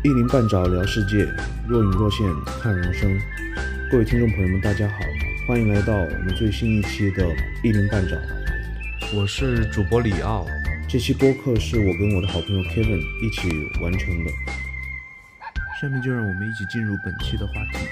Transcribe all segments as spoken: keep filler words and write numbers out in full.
一鳞半爪聊世界，若隐若现看人生。各位听众朋友们，大家好，欢迎来到我们最新一期的一鳞半爪。 我是主播李奥。 这期播客是我跟我的好朋友 Kevin 一起完成的。 下面就让我们一起进入本期的话题。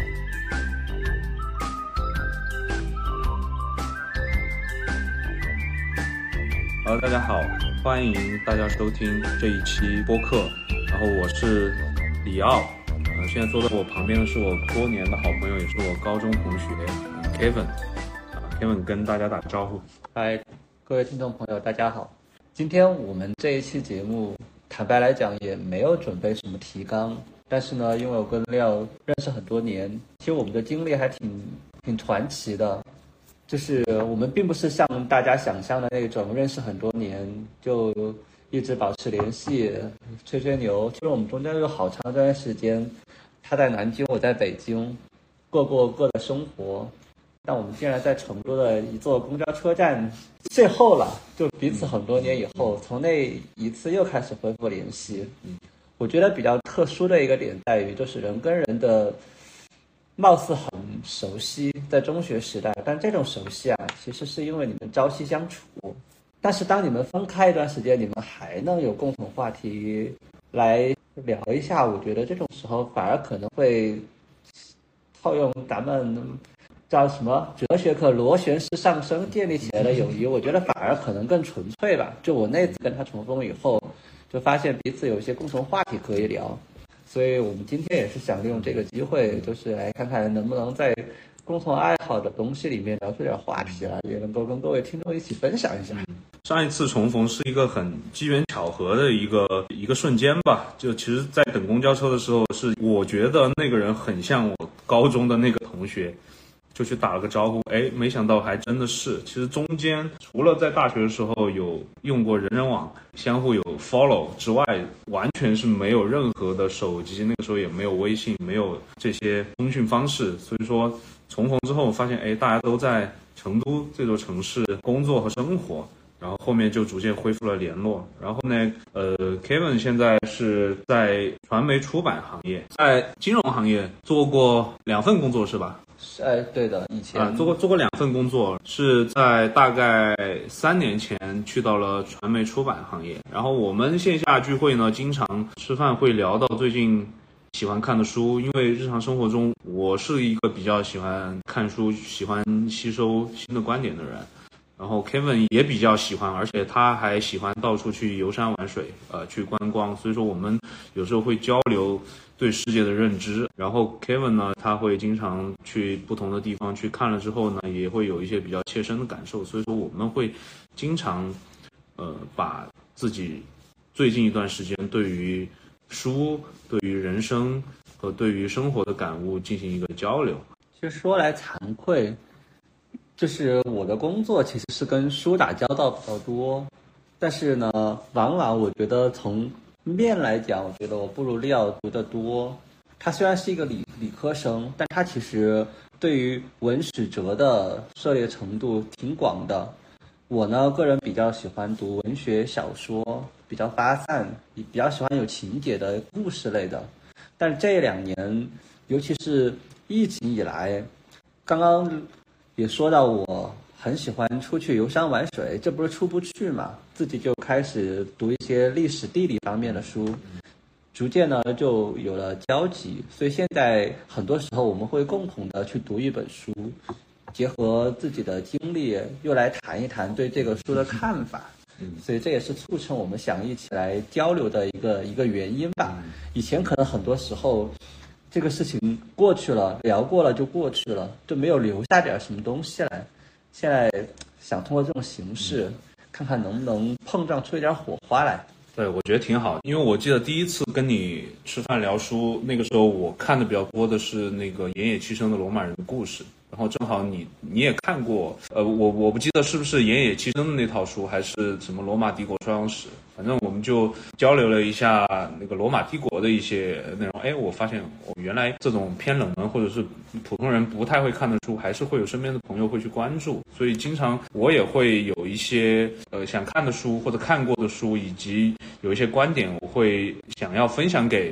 Hello， 大家好，欢迎大家收听这一期播客。然后我是李奥，呃，现在坐在我旁边的是我多年的好朋友，也是我高中同学 Kevin。啊 ，Kevin 跟大家打个招呼。 嗨，各位听众朋友，大家好。今天我们这一期节目，坦白来讲也没有准备什么提纲，但是呢，因为我跟廖认识很多年，其实我们的经历还挺挺传奇的。就是我们并不是像大家想象的那种认识很多年就一直保持联系吹吹牛，其实我们中间有好长一段时间他在南京我在北京过过各的生活，但我们竟然在成都的一座公交车站邂逅了，就彼此很多年以后从那一次又开始恢复联系。我觉得比较特殊的一个点在于，就是人跟人的貌似很熟悉，在中学时代，但这种熟悉啊，其实是因为你们朝夕相处。但是当你们分开一段时间，你们还能有共同话题来聊一下，我觉得这种时候反而可能会套用咱们叫什么哲学课螺旋式上升建立起来的友谊，我觉得反而可能更纯粹吧。就我那次跟他重逢以后，就发现彼此有一些共同话题可以聊。所以我们今天也是想利用这个机会，就是来看看能不能在共同爱好的东西里面聊出点话题来，也能够跟各位听众一起分享一下。 上一次重逢是一个很机缘巧合的一个一个瞬间吧，就其实在等公交车的时候，是我觉得那个人很像我高中的那个同学，就去打了个招呼，哎，没想到还真的是。其实中间除了在大学的时候有用过人人网，相互有 follow 之外，完全是没有任何的手机，那个时候也没有微信，没有这些通讯方式。所以说重逢之后发现，哎，大家都在成都这座城市工作和生活，然后后面就逐渐恢复了联络。然后呢，呃 Kevin 现在是在传媒出版行业，在金融行业做过两份工作是吧？ 哎，对的，以前、 啊、做过做过两份工作，是在大概三年前去到了传媒出版行业。然后我们线下聚会呢，经常吃饭会聊到最近喜欢看的书，因为日常生活中我是一个比较喜欢看书、喜欢吸收新的观点的人。然后 Kevin 也比较喜欢，而且他还喜欢到处去游山玩水，呃，去观光。所以说我们有时候会交流对世界的认知。然后 Kevin 呢，他会经常去不同的地方去看了之后呢，也会有一些比较切身的感受。所以说我们会经常，呃，把自己最近一段时间对于书、对于人生和对于生活的感悟进行一个交流。 其实说来惭愧，就是我的工作其实是跟书打交道比较多，但是呢，往往我觉得从面来讲，我觉得我不如利奥读得多。他虽然是一个理理科生，但他其实对于文史哲的涉猎程度挺广的。我呢，个人比较喜欢读文学小说，比较发散，比较喜欢有情节的故事类的。但是这两年，尤其是疫情以来，刚刚也说到我很喜欢出去游山玩水，这不是出不去嘛，自己就开始读一些历史地理方面的书，逐渐呢就有了交集。所以现在很多时候我们会共同的去读一本书，结合自己的经历又来谈一谈对这个书的看法。所以这也是促成我们想一起来交流的一个一个原因吧。以前可能很多时候这个事情过去了，聊过了就过去了，就没有留下点什么东西来。现在想通过这种形式，看看能不能碰撞出一点火花来。 对，我觉得挺好，因为我记得第一次跟你吃饭聊书，那个时候我看的比较多的是那个岩野七生的《罗马人的故事》，然后正好你你也看过，呃，我我不记得是不是岩野七生的那套书，还是什么罗马帝国衰亡史，反正我们就交流了一下那个罗马帝国的一些内容。哎，我发现我原来这种偏冷门或者是普通人不太会看的书，还是会有身边的朋友会去关注，所以经常我也会有一些呃想看的书或者看过的书，以及有一些观点我会想要分享给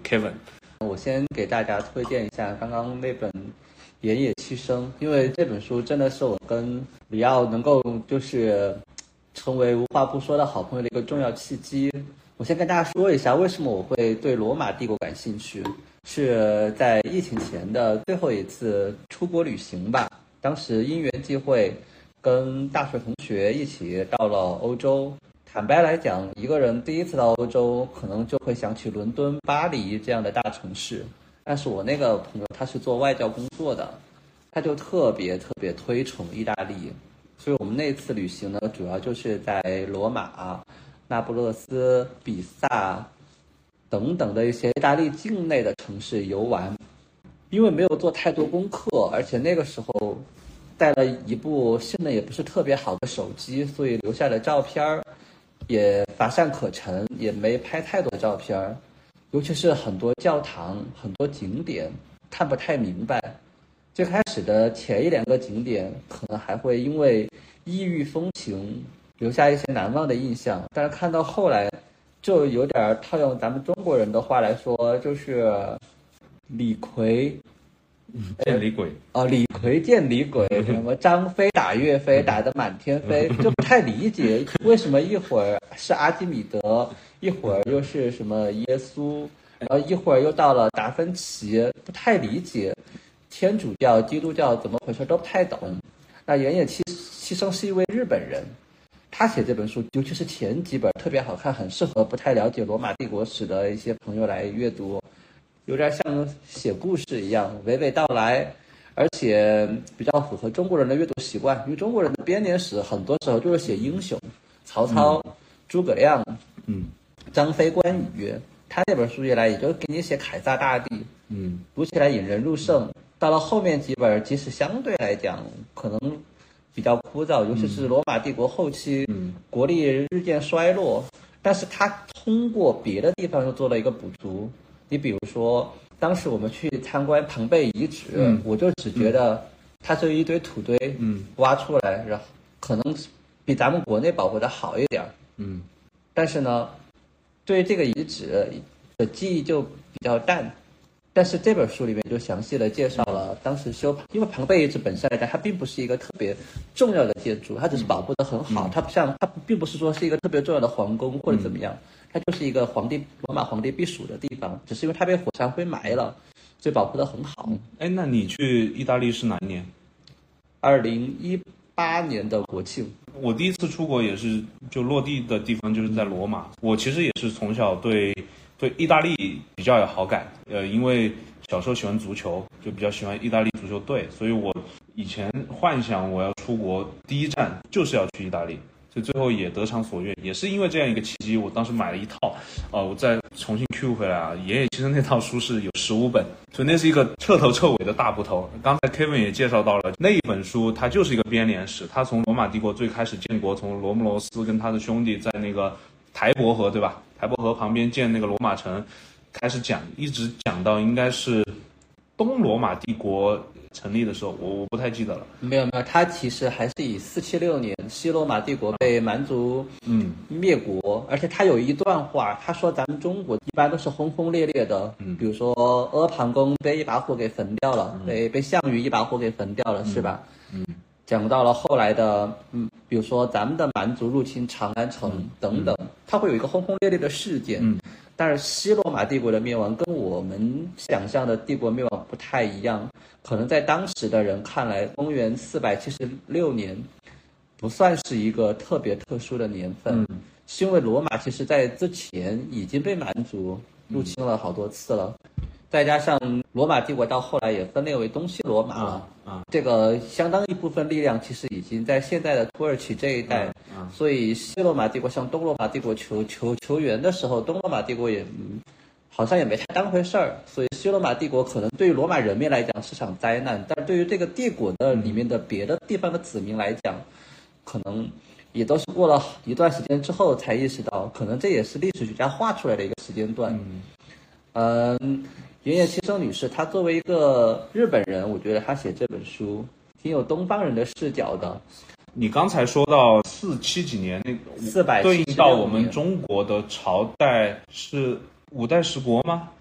Kevin。 我先给大家推荐一下刚刚那本《岩野七生》，因为这本书真的是我跟里奥能够就是成为无话不说的好朋友的一个重要契机。我先跟大家说一下为什么我会对罗马帝国感兴趣，是在疫情前的最后一次出国旅行吧。当时因缘际会，跟大学同学一起到了欧洲。坦白来讲，一个人第一次到欧洲，可能就会想起伦敦、巴黎这样的大城市。但是我那个朋友他是做外交工作的，他就特别特别推崇意大利，所以我们那次旅行呢，主要就是在罗马、那不勒斯、比萨等等的一些意大利境内的城市游玩。因为没有做太多功课，而且那个时候带了一部性能也不是特别好的手机，所以留下的照片也乏善可陈，也没拍太多照片，尤其是很多教堂、很多景点看不太明白。最开始的前一两个景点可能还会因为异域风情留下一些难忘的印象，但是看到后来就有点套用咱们中国人的话来说，就是李逵见李鬼哦，李逵见李鬼，什么张飞打岳飞打得满天飞，就不太理解为什么一会儿是阿基米德，一会儿又是什么耶稣，然后一会儿又到了达芬奇，不太理解天主教、基督教怎么回事都不太懂。那岩野七七生是一位日本人，他写这本书，尤其是前几本特别好看，很适合不太了解罗马帝国史的一些朋友来阅读。有点像写故事一样，娓娓道来，而且比较符合中国人的阅读习惯。因为中国人的编年史很多时候就是写英雄，曹操、嗯、诸葛亮、 嗯、 张飞、关羽。他那本书一来，也就给你写凯撒大帝， 嗯， 读起来引人入胜。到了后面几本，即使相对来讲可能比较枯燥，尤其是罗马帝国后期， 嗯， 国力日渐衰落，但是他通过别的地方又做了一个补足。你比如说，当时我们去参观庞贝遗址，嗯、我就只觉得它是一堆土堆， 嗯， 挖出来，然后可能比咱们国内保护的好一点， 嗯，但是呢，对于这个遗址的记忆就比较淡。但是这本书里面就详细的介绍了当时修，因为庞贝遗址本身来讲，它并不是一个特别重要的建筑，它只是保护的很好，嗯、它不像它并不是说是一个特别重要的皇宫或者怎么样。嗯，它就是一个皇帝罗马皇帝避暑的地方，只是因为它被火山灰埋了，所以保护得很好。 哎，那你去意大利是哪一年？ 二零一八年的国庆。 我第一次出国也是就落地的地方就是在罗马。我其实也是从小对对意大利比较有好感，呃，因为小时候喜欢足球，就比较喜欢意大利足球队，所以我以前幻想我要出国第一站就是要去意大利。所以最后也得偿所愿，也是因为这样一个契机，我当时买了一套，呃，我再重新 Q 回来啊。爷爷其实那套书是有十五本，所以那是一个彻头彻尾的大部头。刚才 Kevin 也介绍到了那一本书，它就是一个编年史，它从罗马帝国最开始建国，从罗慕罗斯跟他的兄弟在那个台伯河，对吧？台伯河旁边建那个罗马城，开始讲，一直讲到应该是东罗马帝国成立的时候，我我不太记得了。 没有没有，他其实还是以四七六年西罗马帝国被蛮族嗯灭国，嗯、而且他有一段话，他说咱们中国一般都是轰轰烈烈的，嗯，比如说阿房宫被一把火给焚掉了，嗯、被被项羽一把火给焚掉了，嗯、是吧？嗯，讲到了后来的嗯，比如说咱们的蛮族入侵长安城、嗯、等等，它会有一个轰轰烈烈的事件。嗯，但是西罗马帝国的灭亡跟我们想象的帝国灭亡不太一样，可能在当时的人看来，公元四百七十六年不算是一个特别特殊的年份，嗯、是因为罗马其实在之前已经被蛮族入侵了好多次了，嗯、再加上罗马帝国到后来也分裂为东西罗马了，啊啊、这个相当一部分力量其实已经在现在的土耳其这一带。啊啊、所以西罗马帝国向东罗马帝国求求求援的时候，东罗马帝国也、嗯、好像也没太当回事儿，所以西罗马帝国可能对于罗马人民来讲是场灾难，但是对于这个帝国的里面的别的地方的子民来讲，可能也都是过了一段时间之后才意识到，可能这也是历史学家画出来的一个时间段。嗯，嗯岩野七生女士她作为一个日本人，我觉得她写这本书挺有东方人的视角的。 你刚才说到四七几年，那四百对应到我们中国的朝代是五代十国吗？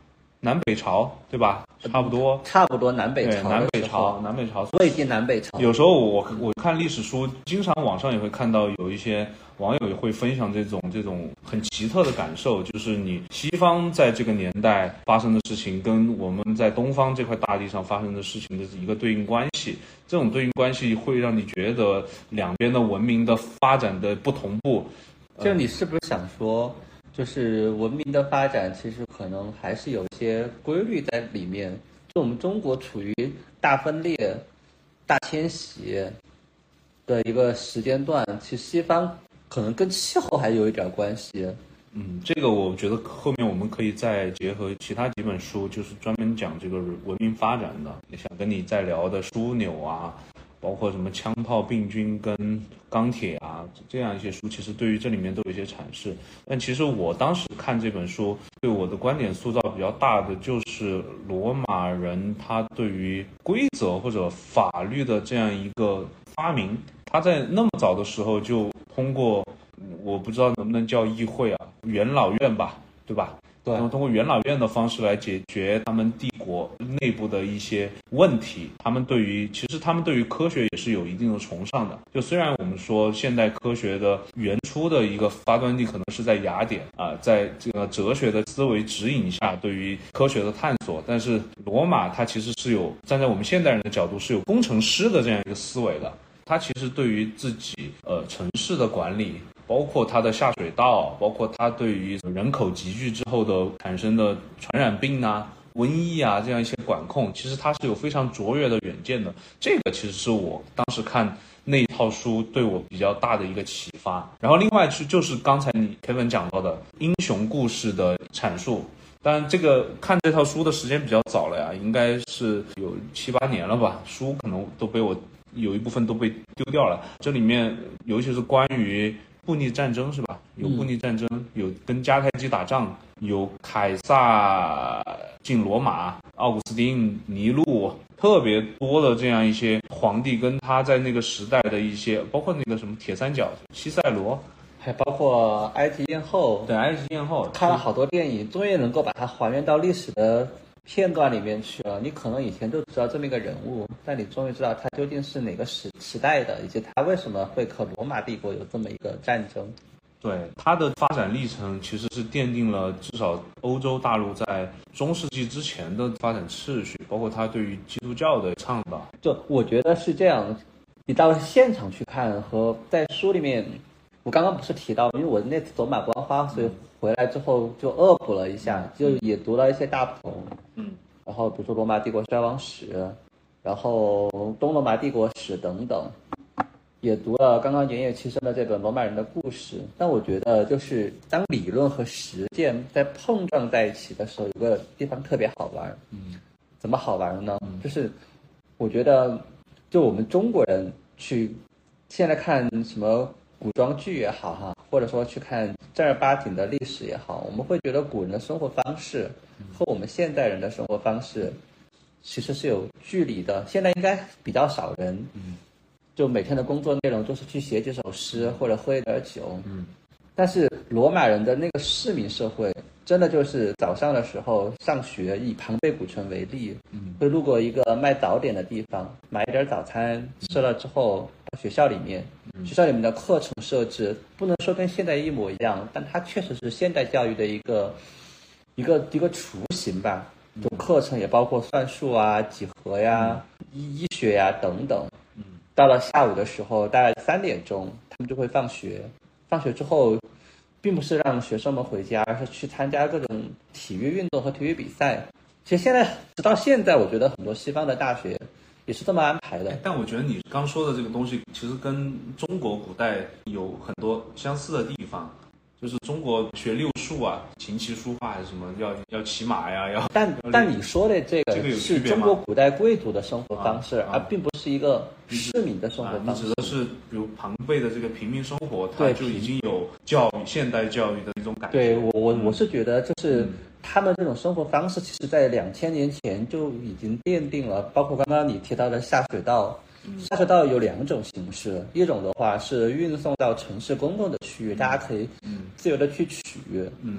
南北朝，对吧？差不多， 差不多南北朝， 南北朝，南北朝， 魏晋南北朝。 有时候我我看历史书，经常网上也会看到有一些网友也会分享这种这种很奇特的感受，就是你西方在这个年代发生的事情，跟我们在东方这块大地上发生的事情的一个对应关系。这种对应关系会让你觉得两边的文明的发展的不同步。 就你是不是想说？就是文明的发展，其实可能还是有一些规律在里面。就我们中国处于大分裂、大迁徙的一个时间段，其实西方可能跟气候还有一点关系。 嗯，这个我觉得后面我们可以再结合其他几本书，就是专门讲这个文明发展的。也想跟你再聊的枢纽啊，包括什么枪炮、病菌跟钢铁啊，这样一些书，其实对于这里面都有一些阐释。但其实我当时看这本书，对我的观点塑造比较大的，就是罗马人他对于规则或者法律的这样一个发明，他在那么早的时候就通过，我不知道能不能叫议会啊，元老院吧，对吧？ 对， 然后通过元老院的方式来解决他们帝国内部的一些问题。他们对于其实他们对于科学也是有一定的崇尚的。就虽然我们说现代科学的原初的一个发端地可能是在雅典啊、呃，在这个哲学的思维指引下对于科学的探索，但是罗马它其实是有站在我们现代人的角度是有工程师的这样一个思维的。它其实对于自己呃城市的管理，包括它的下水道，包括它对于人口集聚之后的产生的传染病啊、瘟疫啊这样一些管控，其实它是有非常卓越的远见的。这个其实是我当时看那一套书对我比较大的一个启发。然后另外是就是刚才你 Kevin 讲到的英雄故事的阐述。当然这个看这套书的时间比较早了呀，应该是有七八年了吧，书可能都被我有一部分都被丢掉了。这里面尤其是关于布匿战争是吧？有布匿战争，有跟迦太基打仗，有凯撒进罗马，奥古斯丁、尼禄，特别多的这样一些皇帝跟他在那个时代的一些，包括那个什么铁三角、西塞罗， 还包括埃及艳后。 对，埃及艳后看了好多电影，终于能够把它还原到历史的片段里面去了。你可能以前就知道这么一个人物，但你终于知道他究竟是哪个时时代的，以及他为什么会和罗马帝国有这么一个战争。 对，它的发展历程其实是奠定了至少欧洲大陆在中世纪之前的发展次序，包括它对于基督教的倡导。 就我觉得是这样，你到现场去看和在书里面，我刚刚不是提到，因为我那次走马观花，所以回来之后就恶补了一下，就也读了一些大同， 嗯， 然后比如说罗马帝国衰亡史，然后东罗马帝国史等等。也读了刚刚言叶其声的这个罗马人的故事。但我觉得就是当理论和实践在碰撞在一起的时候，有个地方特别好玩。 嗯， 怎么好玩呢？嗯、就是我觉得就我们中国人去现在看什么古装剧也好哈，或者说去看正儿八经的历史也好，我们会觉得古人的生活方式和我们现代人的生活方式其实是有距离的。现在应该比较少人嗯就每天的工作内容就是去写几首诗或者喝一点酒，嗯，但是罗马人的那个市民社会，真的就是早上的时候上学，以庞贝古城为例，嗯，会路过一个卖早点的地方，买一点早餐，吃了之后到学校里面，嗯、学校里面的课程设置不能说跟现在一模一样，但它确实是现代教育的一个一个一个雏形吧。就课程也包括算术啊、几何呀、嗯、医医学呀等等。到了下午的时候，大概三点钟，他们就会放学。放学之后，并不是让学生们回家，而是去参加各种体育运动和体育比赛。其实现在直到现在，我觉得很多西方的大学也是这么安排的。 但我觉得你刚说的这个东西，其实跟中国古代有很多相似的地方。就是中国学六术啊，琴棋书画还是什么，要要骑马呀，要。 但但你说的这个是中国古代贵族的生活方式， 啊啊、 而并不是一个市民的生活方式。 啊、你指的是比如庞贝的这个平民生活，它就已经有教育现代教育的一种感觉。 对我我我是觉得，就是他们这种生活方式，其实在两千年前就已经奠定了。包括刚刚你提到的下水道。下水道有两种形式，一种的话是运送到城市公共的区域，大家可以自由的去取。 嗯，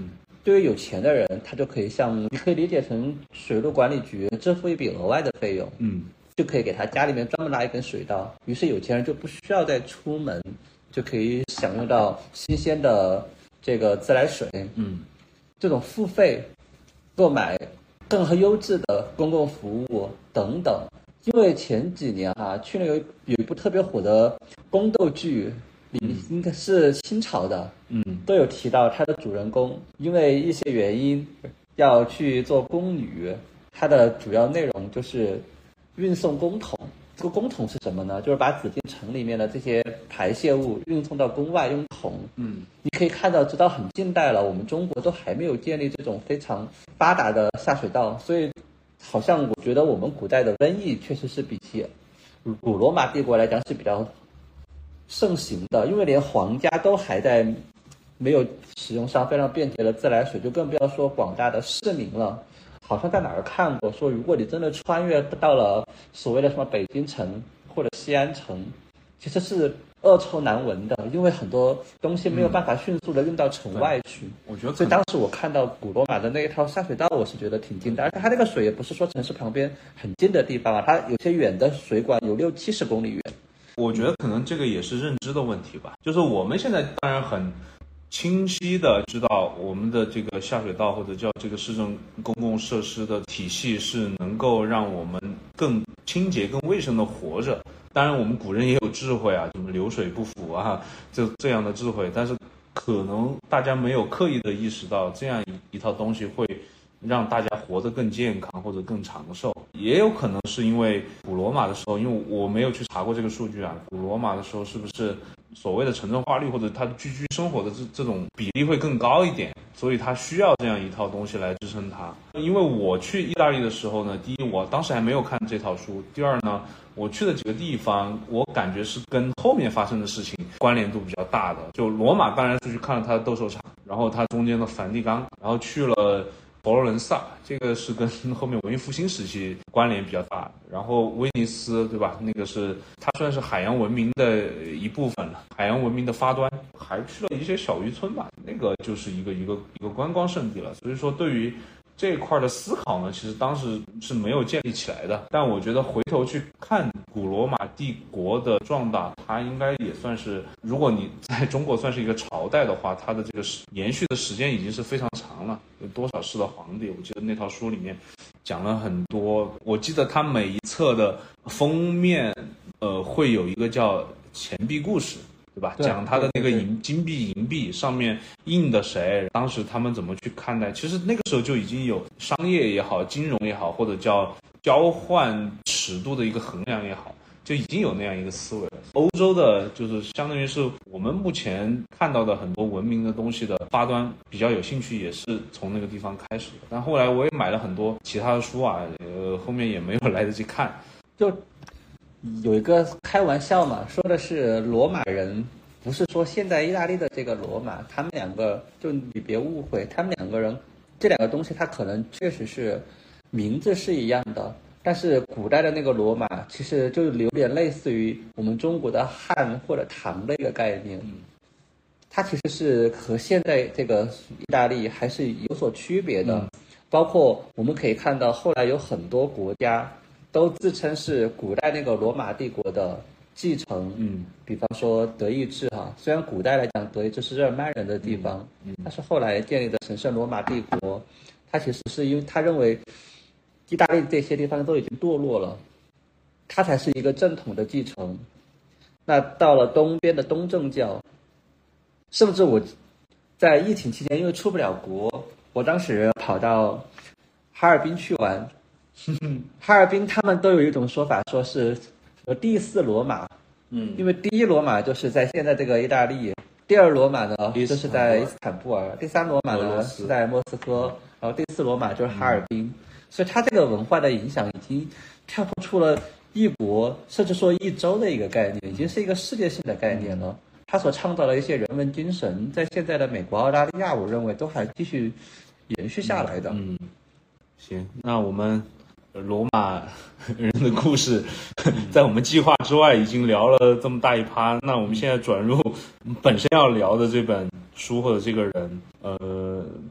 对于有钱的人，他就可以向你可以理解成水路管理局支付一笔额外的费用， 嗯， 就可以给他家里面专门拉一根水道，于是有钱人就不需要再出门，就可以享用到新鲜的这个自来水。 嗯， 这种付费购买更优质的公共服务等等。因为前几年啊，去年有有一部特别火的宫斗剧，里应该是清朝的， 嗯， 都有提到他的主人公因为一些原因要去做宫女，它的主要内容就是运送公桶。这个公桶是什么呢？就是把紫禁城里面的这些排泄物运送到宫外用桶。 嗯， 你可以看到，直到很近代了，我们中国都还没有建立这种非常发达的下水道，所以好像我觉得我们古代的瘟疫确实是比起古罗马帝国来讲是比较盛行的，因为连皇家都还在没有使用上非常便捷的自来水，就更不要说广大的市民了。好像在哪儿看过说，如果你真的穿越到了所谓的什么北京城或者西安城，其实是恶臭难闻的，因为很多东西没有办法迅速的运到城外去。 嗯、我觉得， 所以当时我看到古罗马的那一套下水道，我是觉得挺近的，而且它那个水也不是说城市旁边很近的地方啊，它有些远的水管有六七十公里远。 我觉得可能这个也是认知的问题吧，就是我们现在当然很清晰的知道我们的这个下水道或者叫这个市政公共设施的体系是能够让我们更清洁更卫生的活着。当然我们古人也有智慧啊，什么流水不腐啊，就这样的智慧，但是可能大家没有刻意的意识到这样一套东西会让大家活得更健康或者更长寿。也有可能是因为古罗马的时候，因为我没有去查过这个数据啊，古罗马的时候是不是所谓的城镇化率或者它居居生活的这这种比例会更高一点，所以它需要这样一套东西来支撑它。因为我去意大利的时候呢，第一我当时还没有看这套书，第二呢我去的几个地方我感觉是跟后面发生的事情关联度比较大的。就罗马当然是去看了它的斗兽场，然后它中间的梵蒂冈，然后去了佛罗伦萨，这个是跟后面文艺复兴时期关联比较大。然后威尼斯，对吧？那个是它算是海洋文明的一部分了，海洋文明的发端。还去了一些小渔村吧，那个就是一个一个一个观光胜地了。所以说，对于这一块的思考呢，其实当时是没有建立起来的。但我觉得回头去看古罗马帝国的壮大，它应该也算是，如果你在中国算是一个朝代的话，它的这个延续的时间已经是非常长了。有多少世的皇帝？我记得那套书里面讲了很多。我记得它每一册的封面，呃，会有一个叫钱币故事。对吧？ 对讲他的那个对银金币银币上面印的谁，当时他们怎么去看待？其实那个时候就已经有商业也好，金融也好，或者叫交换尺度的一个衡量也好，就已经有那样一个思维了。欧洲的就是相当于是我们目前看到的很多文明的东西的发端，比较有兴趣也是从那个地方开始的。但后来我也买了很多其他的书啊，呃，后面也没有来得及看。 就有一个开玩笑嘛，说的是罗马人，不是说现在意大利的这个罗马，他们两个就你别误会，他们两个人这两个东西，它可能确实是名字是一样的，但是古代的那个罗马其实就有点类似于我们中国的汉或者唐的一个概念，它其实是和现在这个意大利还是有所区别的， 嗯、 包括我们可以看到后来有很多国家都自称是古代那个罗马帝国的继承， 嗯， 比方说德意志哈，虽然古代来讲德意志是日耳曼人的地方， 嗯嗯、 但是后来建立的神圣罗马帝国，它其实是因为他认为意大利这些地方都已经堕落了，它才是一个正统的继承。那到了东边的东正教，甚至我在疫情期间因为出不了国，我当时跑到哈尔滨去玩。哈尔滨他们都有一种说法，说是第四罗马，嗯，因为第一罗马就是在现在这个意大利，第二罗马呢就是在伊斯坦布尔，第三罗马呢是在莫斯科，然后第四罗马就是哈尔滨，嗯、所以它这个文化的影响已经跳脱出了一国甚至说一州的一个概念，已经是一个世界性的概念了。它所倡导的一些人文精神，在现在的美国、澳大利亚，我认为都还继续延续下来的。 嗯，嗯行，那我们罗马人的故事在我们计划之外已经聊了这么大一趴，那我们现在转入本身要聊的这本书或者这个人，呃，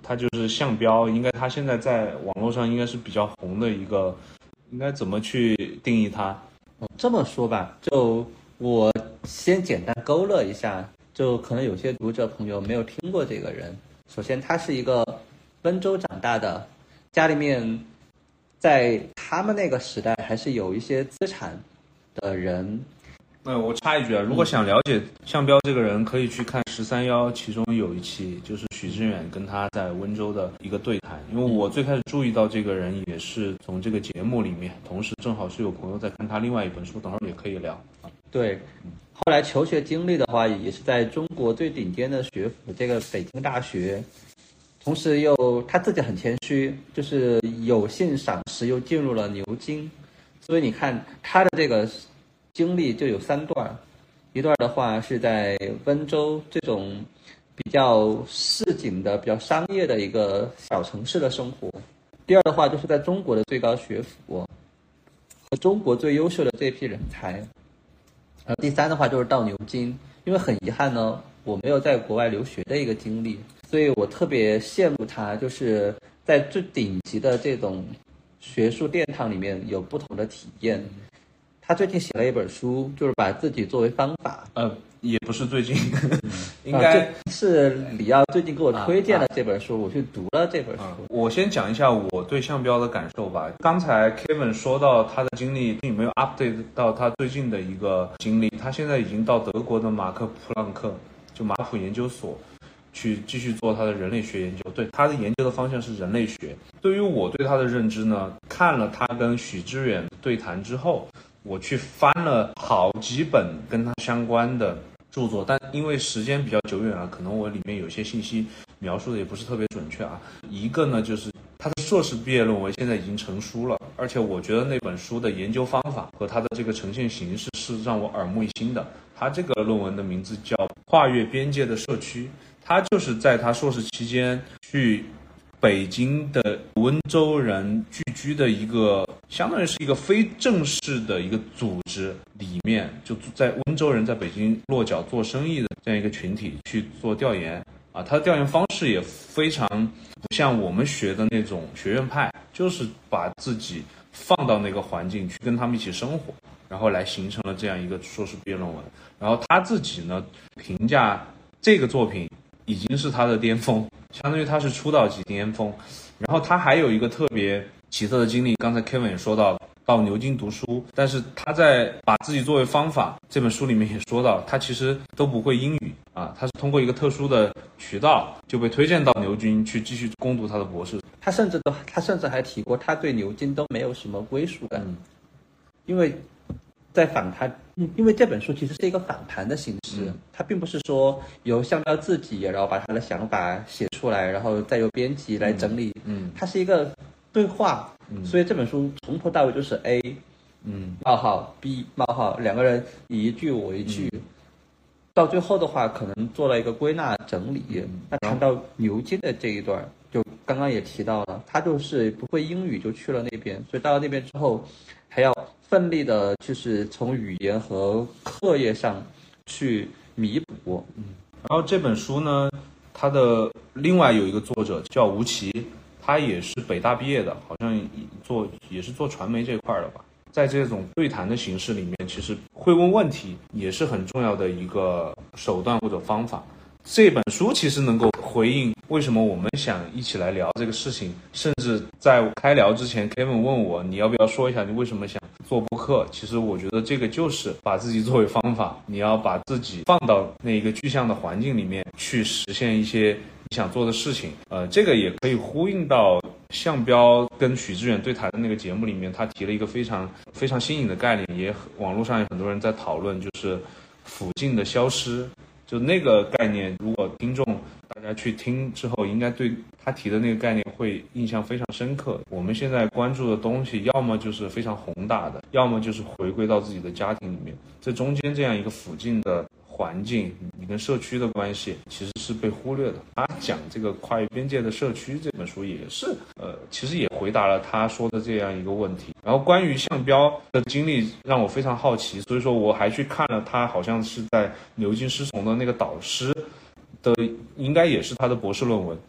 他就是项彪，应该他现在在网络上应该是比较红的一个，应该怎么去定义他？ 这么说吧，就我先简单勾勒一下，就可能有些读者朋友没有听过这个人。首先，他是一个温州长大的，家里面在他们那个时代还是有一些资产的人。 那我插一句啊，如果想了解项彪这个人，可以去看十三幺，其中有一期就是许知远跟他在温州的一个对谈。因为我最开始注意到这个人，也是从这个节目里面，同时正好是有朋友在看他另外一本书，等会儿也可以聊。 对，后来求学经历的话，也是在中国最顶尖的学府这个北京大学，同时又他自己很谦虚，就是有幸赏识，又进入了牛津。所以你看他的这个经历就有三段，一段的话是在温州这种比较市井的、比较商业的一个小城市的生活；第二的话就是在中国的最高学府和中国最优秀的这批人才；然后第三的话就是到牛津。因为很遗憾呢，我没有在国外留学的一个经历，所以我特别羡慕他，就是在最顶级的这种学术殿堂里面有不同的体验。他最近写了一本书，就是把自己作为方法。 呃，也不是最近，应该、 啊、是李奥最近给我推荐了这本书，啊、我去读了这本书、啊。 我先讲一下我对项彪的感受吧。刚才 Kevin 说到他的经历，并没有 update 到他最近的一个经历。他现在已经到德国的马克普朗克，就马普研究所，去继续做他的人类学研究。对，他的研究的方向是人类学。对于我对他的认知呢，看了他跟许知远对谈之后，我去翻了好几本跟他相关的著作，但因为时间比较久远了，可能我里面有些信息描述的也不是特别准确啊。一个呢，就是他的硕士毕业论文现在已经成书了，而且我觉得那本书的研究方法和他的这个呈现形式是让我耳目一新的。他这个论文的名字叫《跨越边界的社区》，他就是在他硕士期间去北京的温州人聚居的一个，相当于是一个非正式的一个组织里面，就在温州人在北京落脚做生意的这样一个群体去做调研啊。他的调研方式也非常不像我们学的那种学院派，就是把自己放到那个环境去跟他们一起生活，然后来形成了这样一个硕士毕业论文。然后他自己呢评价这个作品已经是他的巅峰，相当于他是出道即巅峰。然后他还有一个特别奇特的经历，刚才 Kevin 也说到到牛津读书，但是他在把自己作为方法这本书里面也说到，他其实都不会英语啊，他是通过一个特殊的渠道就被推荐到牛津去继续攻读他的博士。 他甚至都他甚至还提过，他对牛津都没有什么归属感，嗯、因为在访谈，因为这本书其实是一个访谈的形式，嗯、它并不是说由项彪自己，然后把他的想法写出来，然后再由编辑来整理， 嗯， 它是一个对话，嗯、所以这本书从头到尾就是 A， 嗯，冒号 B 冒号，两个人你一句我一句，嗯、到最后的话可能做了一个归纳整理。嗯、那谈到牛津的这一段，就刚刚也提到了，他就是不会英语就去了那边，所以到了那边之后还要奋力的就是从语言和课业上去弥补。 嗯，然后这本书呢，它的另外有一个作者叫吴奇，他也是北大毕业的，好像做也是做传媒这块的吧。在这种对谈的形式里面，其实会问问题也是很重要的一个手段或者方法。这本书其实能够回应为什么我们想一起来聊这个事情，甚至在开聊之前 Kevin 问我你要不要说一下你为什么想做播客。其实我觉得这个就是把自己作为方法，你要把自己放到那一个具象的环境里面去实现一些你想做的事情。呃，这个也可以呼应到项彪跟许知远对谈的那个节目里面，他提了一个非常非常新颖的概念，也网络上有很多人在讨论，就是附近的消失。就那个概念，如果听众大家去听之后，应该对他提的那个概念会印象非常深刻。我们现在关注的东西，要么就是非常宏大的，要么就是回归到自己的家庭里面。这中间这样一个附近的环境，你跟社区的关系其实是被忽略的。他讲这个跨越边界的社区这本书也是，呃，其实也回答了他说的这样一个问题。然后关于项彪的经历让我非常好奇，所以说我还去看了他好像是在牛津师从的那个导师的，应该也是他的博士论文，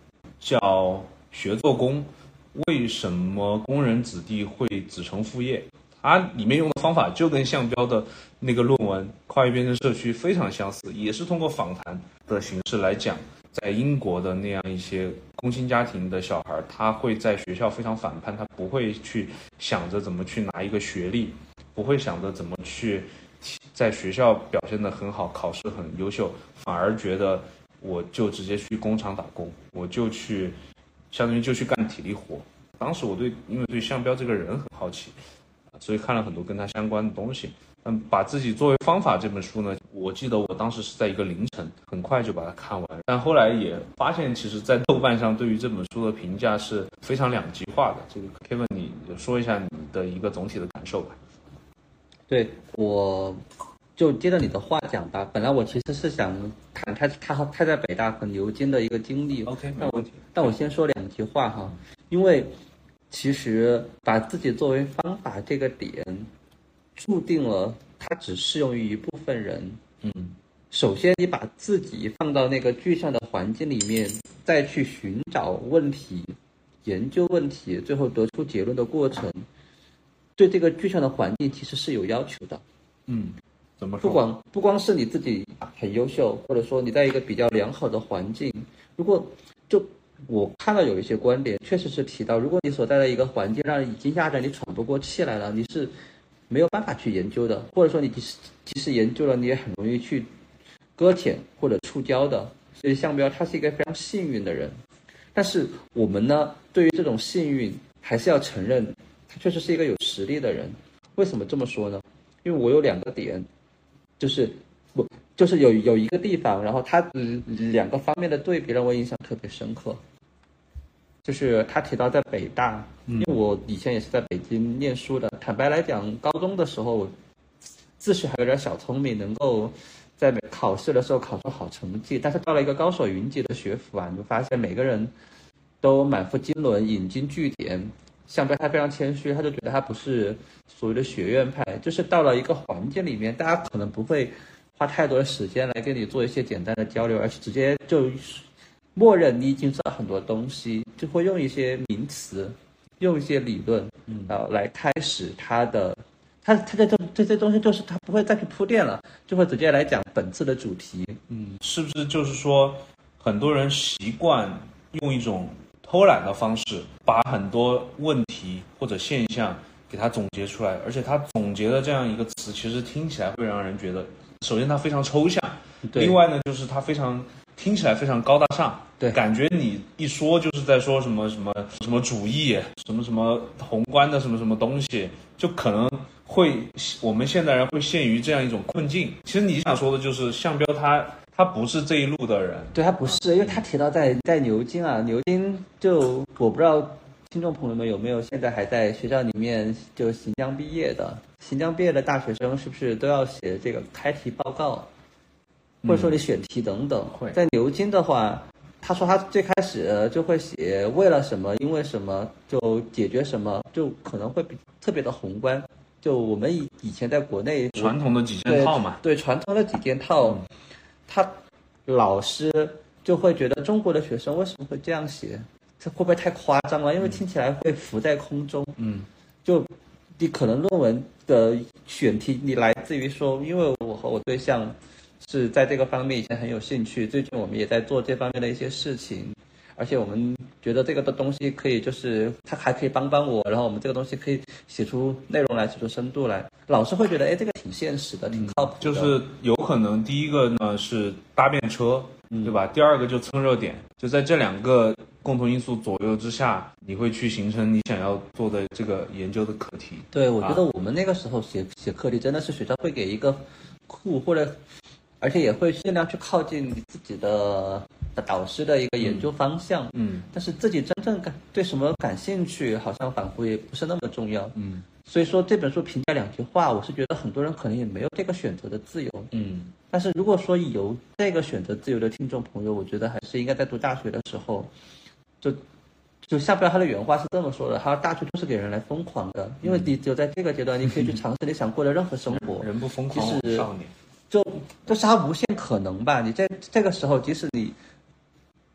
叫学做工，为什么工人子弟会子承父业？它里面用的方法就跟项彪的那个论文《跨越边境社区》非常相似，也是通过访谈的形式来讲，在英国的那样一些工薪家庭的小孩，他会在学校非常反叛，他不会去想着怎么去拿一个学历，不会想着怎么去在学校表现得很好，考试很优秀，反而觉得我就直接去工厂打工，我就去相当于就去干体力活。当时我对因为对项彪这个人很好奇，所以看了很多跟他相关的东西。嗯，把自己作为方法这本书呢，我记得我当时是在一个凌晨，很快就把它看完。但后来也发现，其实，在豆瓣上对于这本书的评价是非常两极化的。这个 Kevin， 你说一下你的一个总体的感受吧。 对，我就接着你的话讲吧。本来我其实是想谈他他他在北大和牛津的一个经历。 OK， 但我但我先说两句话哈，因为其实把自己作为方法这个点，注定了它只适用于一部分人。 嗯， 首先你把自己放到那个具象的环境里面，再去寻找问题、研究问题，最后得出结论的过程，对这个具象的环境其实是有要求的。 嗯，怎么说？ 不光不光是你自己很优秀，或者说你在一个比较良好的环境，如果就我看到有一些观点，确实是提到，如果你所在的一个环境让已经压着你喘不过气来了，你是没有办法去研究的，或者说你即使即使研究了，你也很容易去搁浅或者触礁的。所以项彪他是一个非常幸运的人，但是我们呢，对于这种幸运还是要承认，他确实是一个有实力的人。为什么这么说呢？因为我有两个点，就是我就是有有一个地方，然后他两个方面的对比让我印象特别深刻。就是他提到在北大，因为我以前也是在北京念书的。坦白来讲，高中的时候自诩还有点小聪明，能够在考试的时候考出好成绩。但是到了一个高手云集的学府啊，你就发现每个人都满腹经纶，引经据典。项彪他非常谦虚，他就觉得他不是所谓的学院派，就是到了一个环境里面，大家可能不会花太多的时间来跟你做一些简单的交流，而是直接就默认你已经知道很多东西，就会用一些名词，用一些理论，嗯，然后来开始他的，他他这这这些东西就是他不会再去铺垫了，就会直接来讲本次的主题。 嗯，是不是就是说，很多人习惯用一种偷懒的方式，把很多问题或者现象给它总结出来，而且他总结的这样一个词，其实听起来会让人觉得，首先它非常抽象，另外呢，就是它非常。听起来非常高大上， 对， 感觉你一说就是在说什么什么什么主义，什么什么宏观的什么什么东西，就可能会我们现代人会陷于这样一种困境。其实你想说的就是项彪他他不是这一路的人， 对，他不是，因为他提到在在牛津啊，牛津就我不知道听众朋友们有没有现在还在学校里面就新疆毕业的，新疆毕业的大学生是不是都要写这个开题报告？或者说你选题等等， 嗯、 在牛津的话，他说他最开始就会写为了什么，因为什么就解决什么，就可能会比特别的宏观。就我们以以前在国内传统的几件套嘛， 对, 对传统的几件套，嗯、他老师就会觉得中国的学生为什么会这样写，这会不会太夸张了？因为听起来会浮在空中。 嗯， 就你可能论文的选题你来自于说，因为我和我对象。是在这个方面以前很有兴趣，最近我们也在做这方面的一些事情，而且我们觉得这个的东西可以，就是它还可以帮帮我，然后我们这个东西可以写出内容来，写出深度来。老师会觉得，哎，这个挺现实的，挺靠谱的。 就是有可能第一个呢是搭便车，对吧？第二个就蹭热点，就在这两个共同因素左右之下，你会去形成你想要做的这个研究的课题。 对，我觉得我们那个时候写写课题，真的是学校会给一个库或者。而且也会尽量去靠近你自己的导师的一个研究方向， 嗯， 但是自己真正感对什么感兴趣，好像仿佛也不是那么重要， 嗯。 所以说这本书评价两句话，我是觉得很多人可能也没有这个选择的自由， 嗯。 但是如果说有这个选择自由的听众朋友，我觉得还是应该在读大学的时候，就就项彪他的原话是这么说的，他说大学就是给人来疯狂的，因为你只有在这个阶段，你可以去尝试你想过的任何生活， 人不疯狂少年。 就就是它无限可能吧。你在这个时候，即使你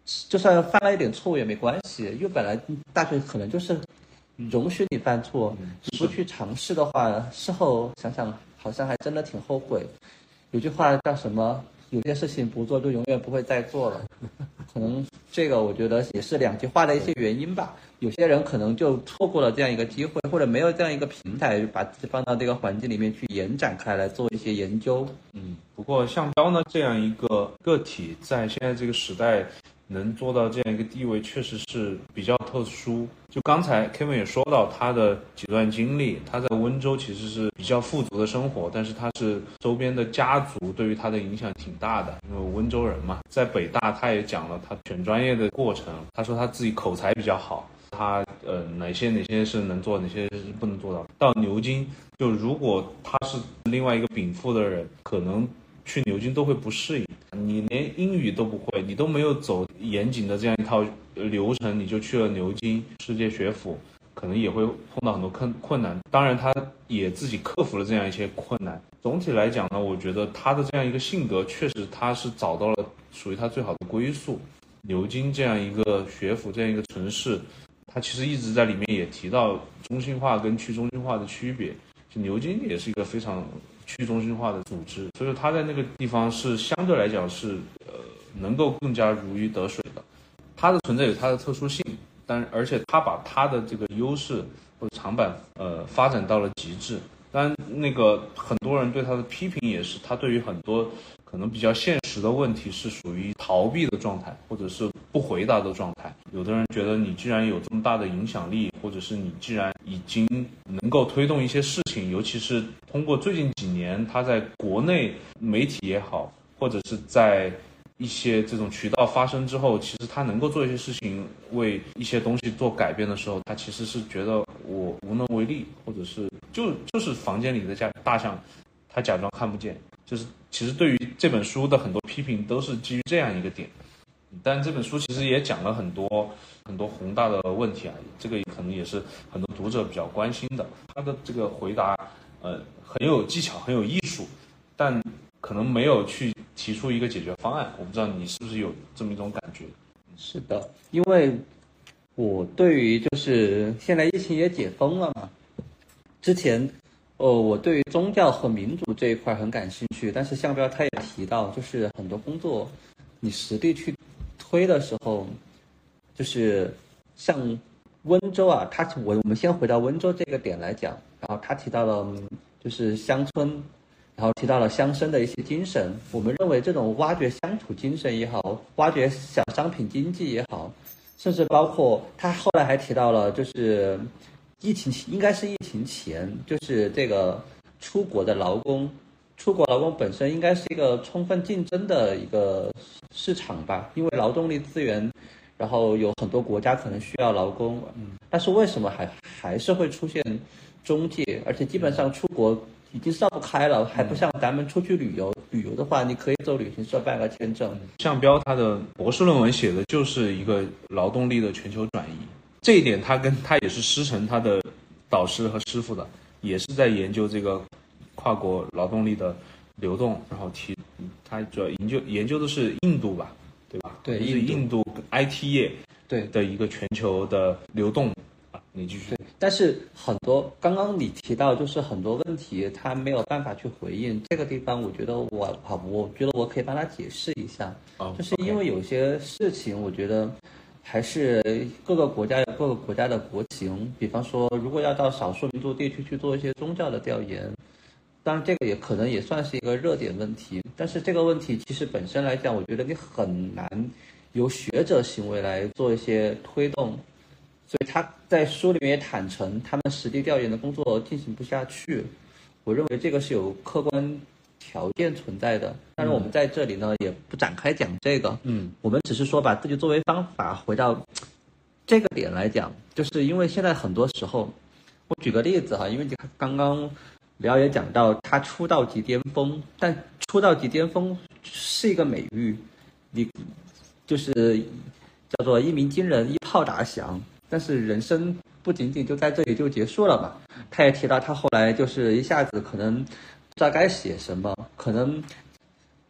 就算犯了一点错误也没关系，因为本来大学可能就是容许你犯错，你不去尝试的话，事后想想好像还真的挺后悔。有句话叫什么？有些事情不做就永远不会再做了。可能这个我觉得也是两极化的一些原因吧。有些人可能就错过了这样一个机会，或者没有这样一个平台，把自己放到这个环境里面去延展开来做一些研究。 嗯，不过橡标呢这样一个个体，在现在这个时代能做到这样一个地位，确实是比较特殊。就刚才 Kevin 也说到他的几段经历，他在温州其实是比较富足的生活，但是他是周边的家族对于他的影响挺大的，因为温州人嘛。在北大他也讲了他选专业的过程，他说他自己口才比较好，他呃哪些哪些是能做，哪些是不能做到。到牛津，就如果他是另外一个禀赋的人，可能去牛津都会不适应。你连英语都不会，你都没有走严谨的这样一套流程，你就去了牛津世界学府，可能也会碰到很多困困难。当然他也自己克服了这样一些困难。总体来讲呢，我觉得他的这样一个性格，确实他是找到了属于他最好的归宿。牛津这样一个学府，这样一个城市，他其实一直在里面也提到中心化跟去中心化的区别。就牛津也是一个非常去中心化的组织，所以说他在那个地方是相对来讲是呃能够更加如鱼得水的。它的存在有它的特殊性，但而且他把他的这个优势或者长板呃发展到了极致。当然那个很多人对他的批评也是，他对于很多可能比较现实的问题是属于逃避的状态，或者是不回答的状态。有的人觉得你既然有这么大的影响力，或者是你既然已经能够推动一些事情，尤其是通过最近几年他在国内媒体也好，或者是在一些这种渠道发生之后，其实他能够做一些事情，为一些东西做改变的时候，他其实是觉得我无能为力，或者是就就是房间里的大象，他假装看不见。就是其实对于这本书的很多批评都是基于这样一个点。但这本书其实也讲了很多很多宏大的问题啊，这个可能也是很多读者比较关心的。他的这个回答，呃，很有技巧，很有艺术，但可能没有去提出一个解决方案。我不知道你是不是有这么一种感觉？ 是的，因为我对于就是现在疫情也解封了嘛，之前哦，我对于宗教和民主这一块很感兴趣，但是项标他也提到，就是很多工作你实地去推的时候，就是像温州啊，他我我们先回到温州这个点来讲，然后他提到了就是乡村，然后提到了乡绅的一些精神。我们认为这种挖掘乡土精神也好，挖掘小商品经济也好，甚至包括他后来还提到了就是疫情应该是疫情前，就是这个出国的劳工。出国劳工本身应该是一个充分竞争的一个市场吧，因为劳动力资源，然后有很多国家可能需要劳工，嗯，但是为什么还还是会出现中介，而且基本上出国已经绕不开了，还不像咱们出去旅游，旅游的话你可以走旅行社办个签证。 项标他的博士论文写的就是一个劳动力的全球转移，这一点他跟他也是师承他的导师和师傅的，也是在研究这个跨国劳动力的流动，然后提他主要研究研究的是印度吧，对吧？ 对， 是印度 I T 业对的一个全球的流动啊，你继续。 对，但是很多刚刚你提到就是很多问题他没有办法去回应，这个地方我觉得我好，我觉得我可以帮他解释一下， 哦， 就是因为有些事情我觉得还是各个国家有各个国家的国情，比方说如果要到少数民族地区去做一些宗教的调研。当然，这个也可能也算是一个热点问题，但是这个问题其实本身来讲，我觉得你很难由学者行为来做一些推动，所以他在书里面也坦诚，他们实地调研的工作进行不下去。我认为这个是有客观条件存在的，但是我们在这里呢也不展开讲这个， 嗯， 我们只是说把自己作为方法回到这个点来讲，就是因为现在很多时候，我举个例子哈，因为你刚刚。辽也讲到他出道即巅峰，但出道即巅峰是一个美誉，你就是叫做一鸣惊人，一炮打响，但是人生不仅仅就在这里就结束了嘛。他也提到他后来就是一下子可能不知道该写什么，可能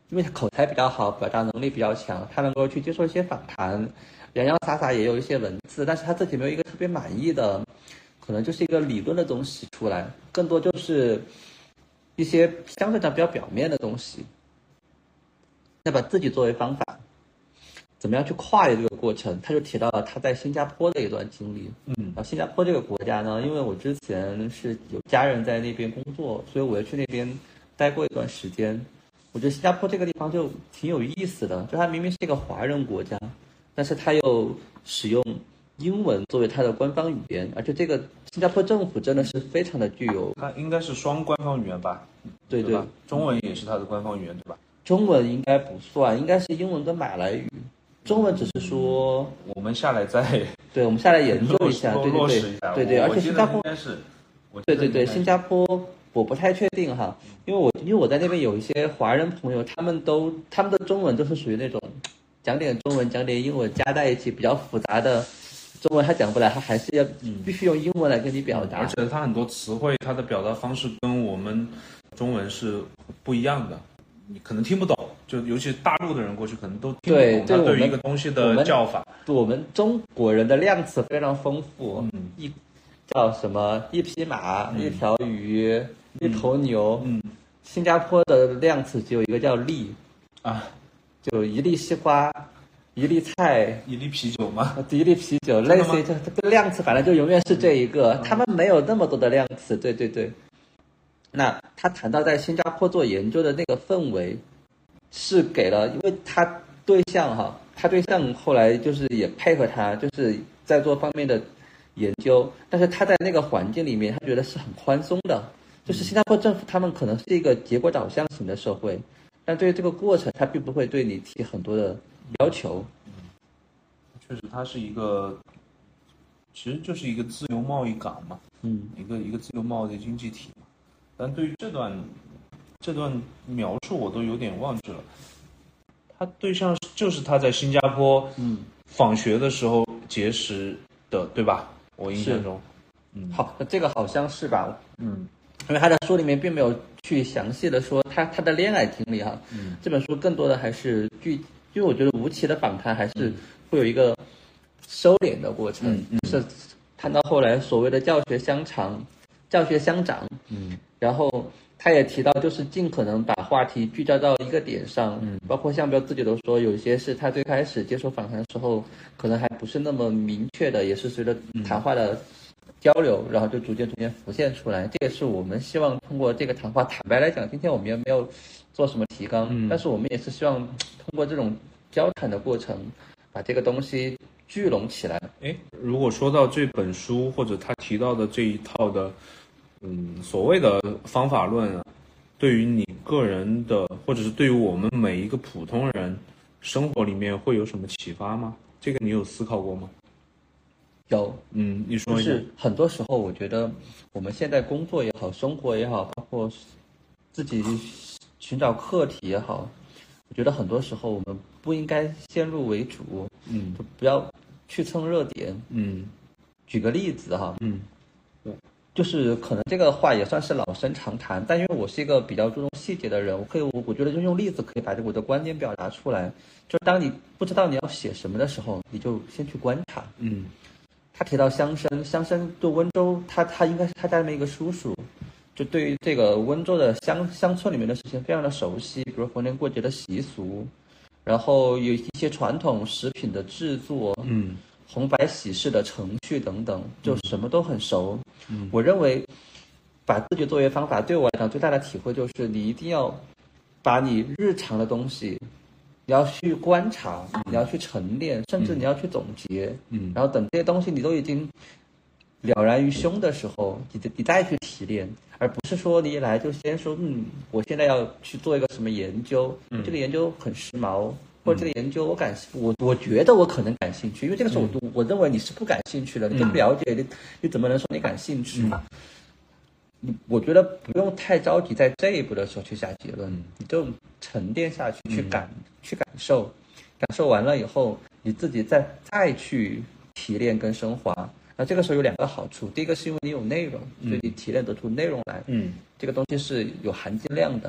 因为他口才比较好，表达能力比较强，他能够去接受一些访谈，洋洋洒洒也有一些文字，但是他自己没有一个特别满意的，可能就是一个理论的东西出来，更多就是一些相对上比较表面的东西。再把自己作为方法，怎么样去跨越这个过程？他就提到了他在新加坡的一段经历。嗯，然后新加坡这个国家呢，因为我之前是有家人在那边工作，所以我也去那边待过一段时间。我觉得新加坡这个地方就挺有意思的，就它明明是一个华人国家，但是它又使用英文作为它的官方语言，而且这个新加坡政府真的是非常的具有， 它应该是双官方语言吧？ 对对， 对吧？中文也是它的官方语言，对吧？ 中文应该不算，应该是英文跟马来语。中文只是说， 我们下来再对，我们下来研究一下，对落对实一下。 对对对，而且新加坡应该是， 对对对，新加坡我不太确定哈，因为我因为我在那边有一些华人朋友，他们都他们的中文都是属于那种讲点中文讲点英文加在一起比较复杂的中文，他讲不来，他还是要必须用英文来跟你表达， 而且他很多词汇，他的表达方式跟我们中文是不一样的。你可能听不懂，就尤其大陆的人过去可能都听不懂他对于一个东西的叫法。 我 们, 我们中国人的量词非常丰富，嗯、一叫什么一匹马、嗯、一条鱼、嗯、一头牛。嗯，新加坡的量词只有一个叫粒啊，就一粒西瓜、一粒菜、 一粒啤酒吗？ 一粒啤酒，类似于这这个量词，反正就永远是这一个。嗯、他们没有那么多的量词，对对对。那他谈到在新加坡做研究的那个氛围，是给了，因为他对象哈，他对象后来就是也配合他，就是在做方面的研究，但是他在那个环境里面，他觉得是很宽松的，就是新加坡政府他们可能是一个结果导向型的社会，但对于这个过程，他并不会对你提很多的要求。 确实，它是一个，其实就是一个自由贸易港嘛，嗯，一个一个自由贸易的经济体嘛。但对于这段这段描述我都有点忘记了，他对象就是他在新加坡嗯访学的时候结识的，对吧？我印象中， 嗯，好，这个好像是吧，嗯，因为他的书里面并没有去详细的说他他的恋爱经历哈，嗯，这本书更多的还是具，因为我觉得吴奇的访谈还是会有一个收敛的过程，嗯嗯，是谈到后来所谓的教学相长。教学相长，嗯，然后他也提到，就是尽可能把话题聚焦到一个点上，嗯，包括向标自己都说，有些是他最开始接受访谈的时候，可能还不是那么明确的，也是随着谈话的交流，然后就逐渐逐渐浮现出来。这也是我们希望通过这个谈话，坦白来讲，今天我们也没有做什么提纲，嗯，但是我们也是希望通过这种交谈的过程，把这个东西聚拢起来。 哎，如果说到这本书或者他提到的这一套的。嗯，所谓的方法论啊，对于你个人的，或者是对于我们每一个普通人生活里面会有什么启发吗？这个你有思考过吗？ 有， 嗯，你说一下。 就是很多时候，我觉得我们现在工作也好，生活也好，包括自己寻找课题也好，我觉得很多时候我们不应该先入为主，嗯，就不要去蹭热点，嗯。举个例子哈，嗯。就是可能这个话也算是老生常谈，但因为我是一个比较注重细节的人，我可以我我觉得就用例子可以把我的观点表达出来。就是当你不知道你要写什么的时候，你就先去观察。嗯，他提到乡绅，乡绅对温州，他他应该是他家里面一个叔叔，就对于这个温州的乡乡村里面的事情非常的熟悉，比如逢年过节的习俗，然后有一些传统食品的制作，嗯。红白喜事的程序等等，就什么都很熟。嗯，我认为把自己作为方法，对我来讲最大的体会就是，你一定要把你日常的东西，你要去观察，你要去沉淀，甚至你要去总结。嗯，然后等这些东西你都已经了然于胸的时候，你你再去提炼，而不是说你一来就先说，嗯，我现在要去做一个什么研究，嗯、这个研究很时髦。或者这个研究我感我我觉得我可能感兴趣，因为这个时候我、嗯、我认为你是不感兴趣的，你都不了解，你你怎么能说你感兴趣？嗯、我觉得不用太着急在这一步的时候去下结论，嗯、你就沉淀下去，去感、嗯、去感受，感受完了以后，你自己再再去提炼跟升华。那这个时候有两个好处，第一个是因为你有内容，所以你提炼得出内容来，嗯，这个东西是有含金量的。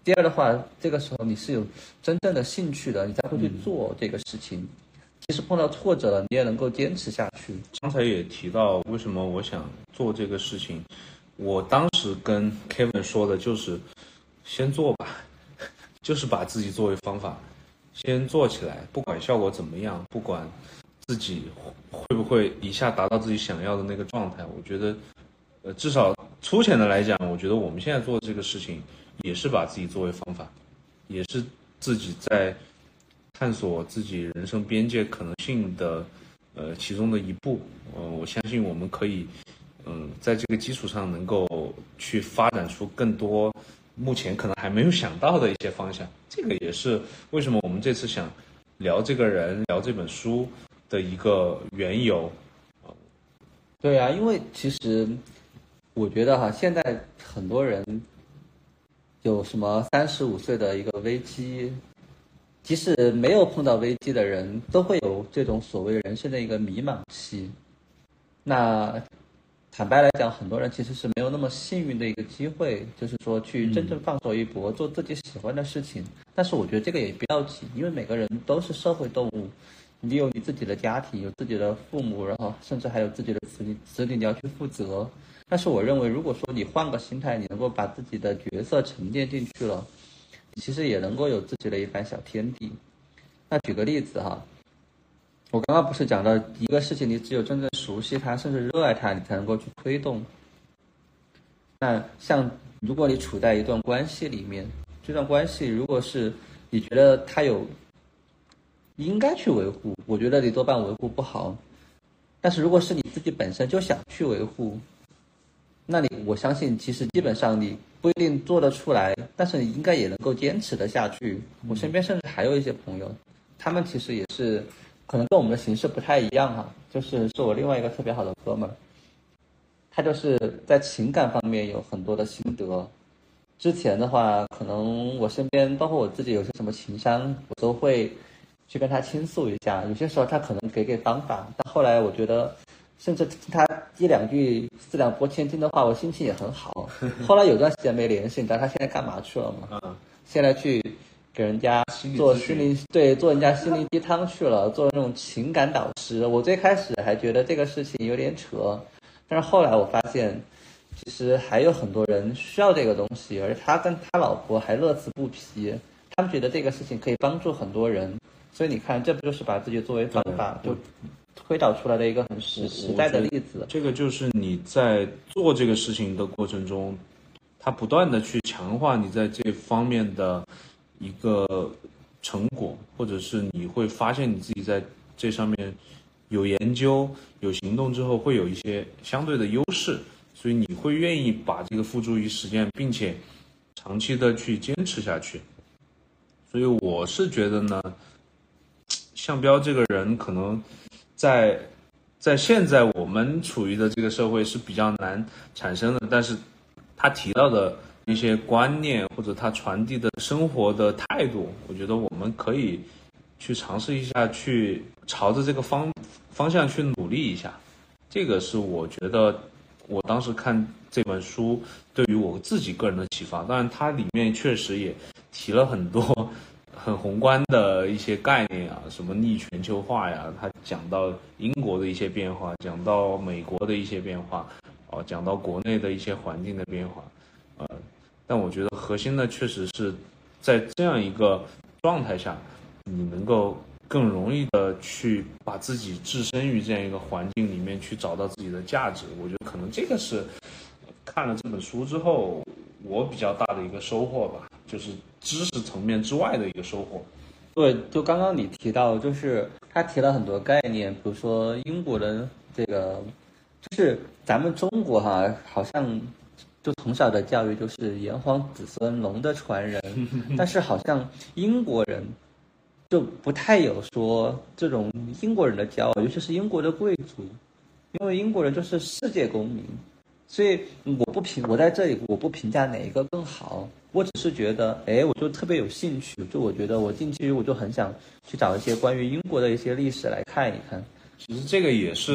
第二的话，这个时候你是有真正的兴趣的，你才会去做这个事情。嗯、即使碰到挫折了，你也能够坚持下去。 刚才也提到为什么我想做这个事情，我当时跟 Kevin 说的就是先做吧，就是把自己作为方法先做起来，不管效果怎么样，不管自己会不会一下达到自己想要的那个状态，我觉得呃，至少粗浅的来讲，我觉得我们现在做的这个事情也是把自己作为方法，也是自己在探索自己人生边界可能性的呃其中的一步。呃，我相信我们可以嗯、呃，在这个基础上能够去发展出更多目前可能还没有想到的一些方向。这个也是为什么我们这次想聊这个人聊这本书的一个缘由。 对啊，因为其实我觉得哈，现在很多人有什么三十五岁的一个危机，即使没有碰到危机的人，都会有这种所谓人生的一个迷茫期。那坦白来讲，很多人其实是没有那么幸运的一个机会，就是说去真正放手一搏，做自己喜欢的事情。但是我觉得这个也不要紧，因为每个人都是社会动物，你有你自己的家庭，有自己的父母，然后甚至还有自己的子女，子女你要去负责。但是我认为，如果说你换个心态，你能够把自己的角色沉淀进去了，你其实也能够有自己的一番小天地。那举个例子哈，我刚刚不是讲到一个事情，你只有真正熟悉它，甚至热爱它，你才能够去推动。那像如果你处在一段关系里面，这段关系如果是你觉得它有应该去维护，我觉得你多半维护不好。但是如果是你自己本身就想去维护，那你我相信其实基本上你不一定做得出来，但是你应该也能够坚持得下去。我身边甚至还有一些朋友，他们其实也是可能跟我们的形式不太一样哈，就是是我另外一个特别好的哥们儿，他就是在情感方面有很多的心得。之前的话，可能我身边包括我自己有些什么情商，我都会去跟他倾诉一下，有些时候他可能给给方法，但后来我觉得甚至听他一两句四两拨千斤的话，我心情也很好。后来有段时间没联系，你知道他现在干嘛去了吗？嗯，现在去给人家做心灵，对，做人家心灵鸡汤去了，做那种情感导师。我最开始还觉得这个事情有点扯，但是后来我发现其实还有很多人需要这个东西，而他跟他老婆还乐此不疲，他们觉得这个事情可以帮助很多人。所以你看，这不就是把自己作为方法就推导出来的一个很实实在的例子？ 这个就是你在做这个事情的过程中，它不断的去强化你在这方面的一个成果，或者是你会发现你自己在这上面有研究、有行动之后，会有一些相对的优势，所以你会愿意把这个付诸于实践，并且长期的去坚持下去。所以我是觉得呢，向彪这个人可能在在现在我们处于的这个社会是比较难产生的，但是他提到的一些观念或者他传递的生活的态度，我觉得我们可以去尝试一下，去朝着这个方方向去努力一下。这个是我觉得我当时看这本书对于我自己个人的启发。当然它里面确实也提了很多很宏观的一些概念啊，什么逆全球化呀，他讲到英国的一些变化，讲到美国的一些变化，哦，讲到国内的一些环境的变化，呃，但我觉得核心的确实是在这样一个状态下，你能够更容易的去把自己置身于这样一个环境里面，去找到自己的价值。我觉得可能这个是看了这本书之后我比较大的一个收获吧，就是知识层面之外的一个收获。 对，就刚刚你提到，就是他提了很多概念，比如说英国的这个，就是咱们中国哈，好像就从小的教育就是炎黄子孙龙的传人，但是好像英国人就不太有说这种英国人的骄傲，尤其是英国的贵族，因为英国人就是世界公民。所以我不评，我在这里我不评价哪一个更好，我只是觉得，哎，我就特别有兴趣，就我觉得我进去我就很想去找一些关于英国的一些历史来看一看。 其实这个也是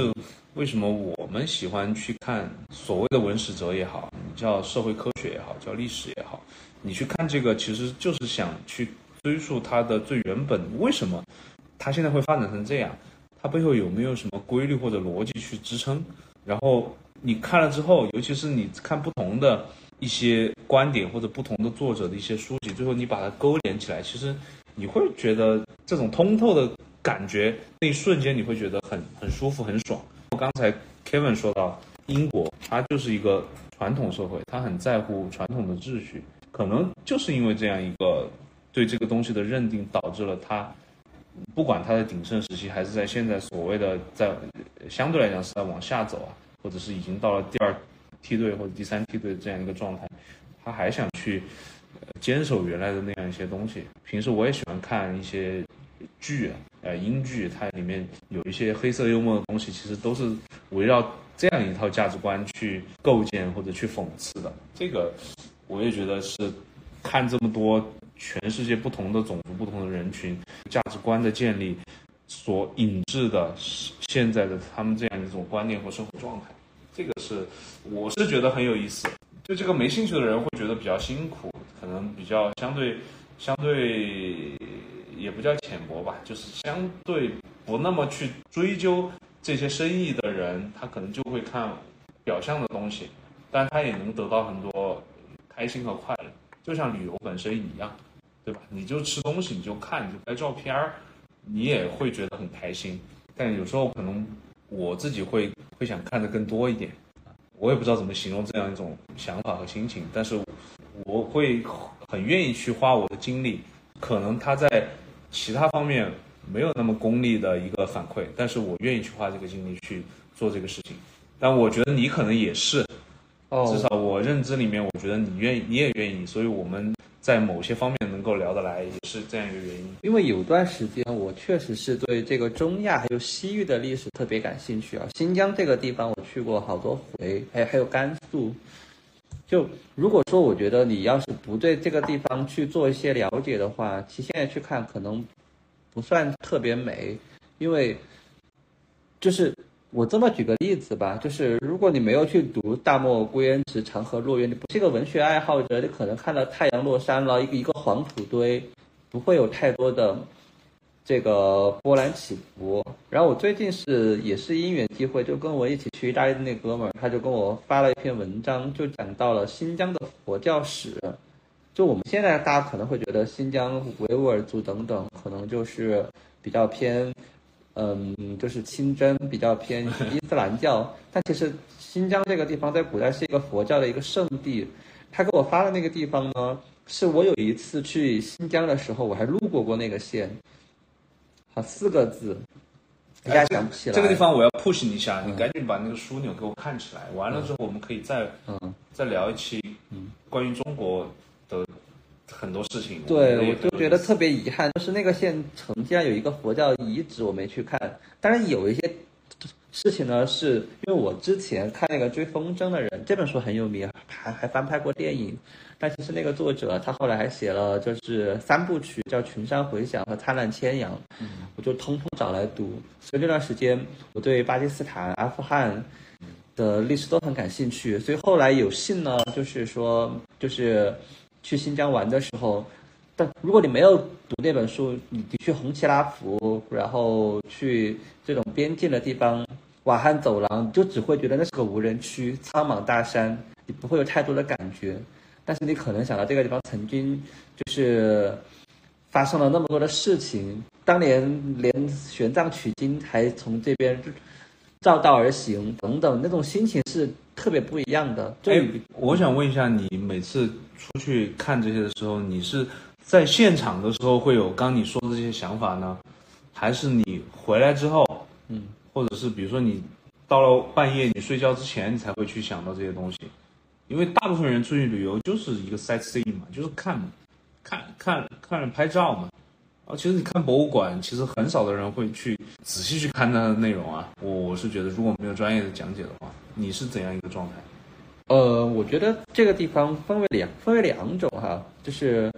为什么我们喜欢去看所谓的文史哲也好，你叫社会科学也好，叫历史也好，你去看这个其实就是想去追溯它的最原本，为什么它现在会发展成这样，它背后有没有什么规律或者逻辑去支撑。然后你看了之后，尤其是你看不同的一些观点或者不同的作者的一些书籍，最后你把它勾连起来，其实你会觉得这种通透的感觉，那一瞬间你会觉得很很舒服很爽。刚才 Kevin 说到英国，它就是一个传统社会，它很在乎传统的秩序，可能就是因为这样一个对这个东西的认定，导致了它不管它在鼎盛时期还是在现在所谓的在相对来讲是在往下走啊，或者是已经到了第二梯队或者第三梯队的这样一个状态，他还想去坚守原来的那样一些东西。平时我也喜欢看一些剧，呃，英剧，它里面有一些黑色幽默的东西，其实都是围绕这样一套价值观去构建或者去讽刺的。这个我也觉得是看这么多全世界不同的种族、不同的人群价值观的建立所引致的现在的他们这样一种观念和生活状态。这个是我是觉得很有意思。对这个没兴趣的人会觉得比较辛苦，可能比较相对相对也不叫浅薄吧，就是相对不那么去追究这些深意的人，他可能就会看表象的东西，但他也能得到很多开心和快乐，就像旅游本身一样，对吧？你就吃东西，你就看，你就拍照片，你也会觉得很开心。但有时候可能我自己会会想看的更多一点，我也不知道怎么形容这样一种想法和心情，但是我会很愿意去花我的精力，可能他在其他方面没有那么功利的一个反馈，但是我愿意去花这个精力去做这个事情。但我觉得你可能也是，至少我认知里面，我觉得你愿意，你也愿意，所以我们在某些方面能够聊得来，也是这样一个原因。 因为有段时间我确实是对这个中亚还有西域的历史特别感兴趣啊。新疆这个地方我去过好多回，还还有甘肃。就如果说我觉得你要是不对这个地方去做一些了解的话，其实现在去看可能不算特别美。因为就是我这么举个例子吧，就是如果你没有去读大漠孤烟直长河落月，你不是一个文学爱好者，你可能看到太阳落山了，一个一个黄土堆，不会有太多的这个波澜起伏。然后我最近是也是因缘机会，就跟我一起去意大利的那哥们儿，他就跟我发了一篇文章，就讲到了新疆的佛教史。就我们现在大家可能会觉得新疆维吾尔族等等可能就是比较偏嗯，就是清真，比较偏伊斯兰教，但其实新疆这个地方在古代是一个佛教的一个圣地。他给我发的那个地方呢，是我有一次去新疆的时候，我还路过过那个县，好四个字，一下想不起来。 这个地方我要 push 你一下，你赶紧把那个枢纽给我看起来。嗯、完了之后，我们可以再嗯再聊一期关于中国的很多事情。 对，我就觉得特别遗憾，就是那个县城竟然有一个佛教遗址我没去看。当然有一些事情呢，是因为我之前看那个《追风筝的人》这本书很有名，还还翻拍过电影。但其实那个作者他后来还写了就是三部曲，叫《群山回响》和《灿烂千阳》，嗯、我就通通找来读。所以这段时间我对巴基斯坦、阿富汗的历史都很感兴趣，所以后来有幸呢，就是说就是去新疆玩的时候，但如果你没有读那本书，你去红旗拉福，然后去这种边境的地方，瓦罕走廊，你就只会觉得那是个无人区，苍茫大山，你不会有太多的感觉。但是你可能想到这个地方曾经就是发生了那么多的事情，当年连玄奘取经还从这边绕道而行等等，那种心情是特别不一样的。 哎，我想问一下，你每次出去看这些的时候，你是在现场的时候会有刚你说的这些想法呢，还是你回来之后，嗯，或者是比如说你到了半夜你睡觉之前，你才会去想到这些东西？因为大部分人出去旅游就是一个 sightseeing 嘛，就是看嘛，看看看拍照嘛。啊，其实你看博物馆，其实很少的人会去仔细去看它的内容啊。我我是觉得，如果没有专业的讲解的话，你是怎样一个状态？ 呃，我觉得这个地方分为两分为两种哈，就是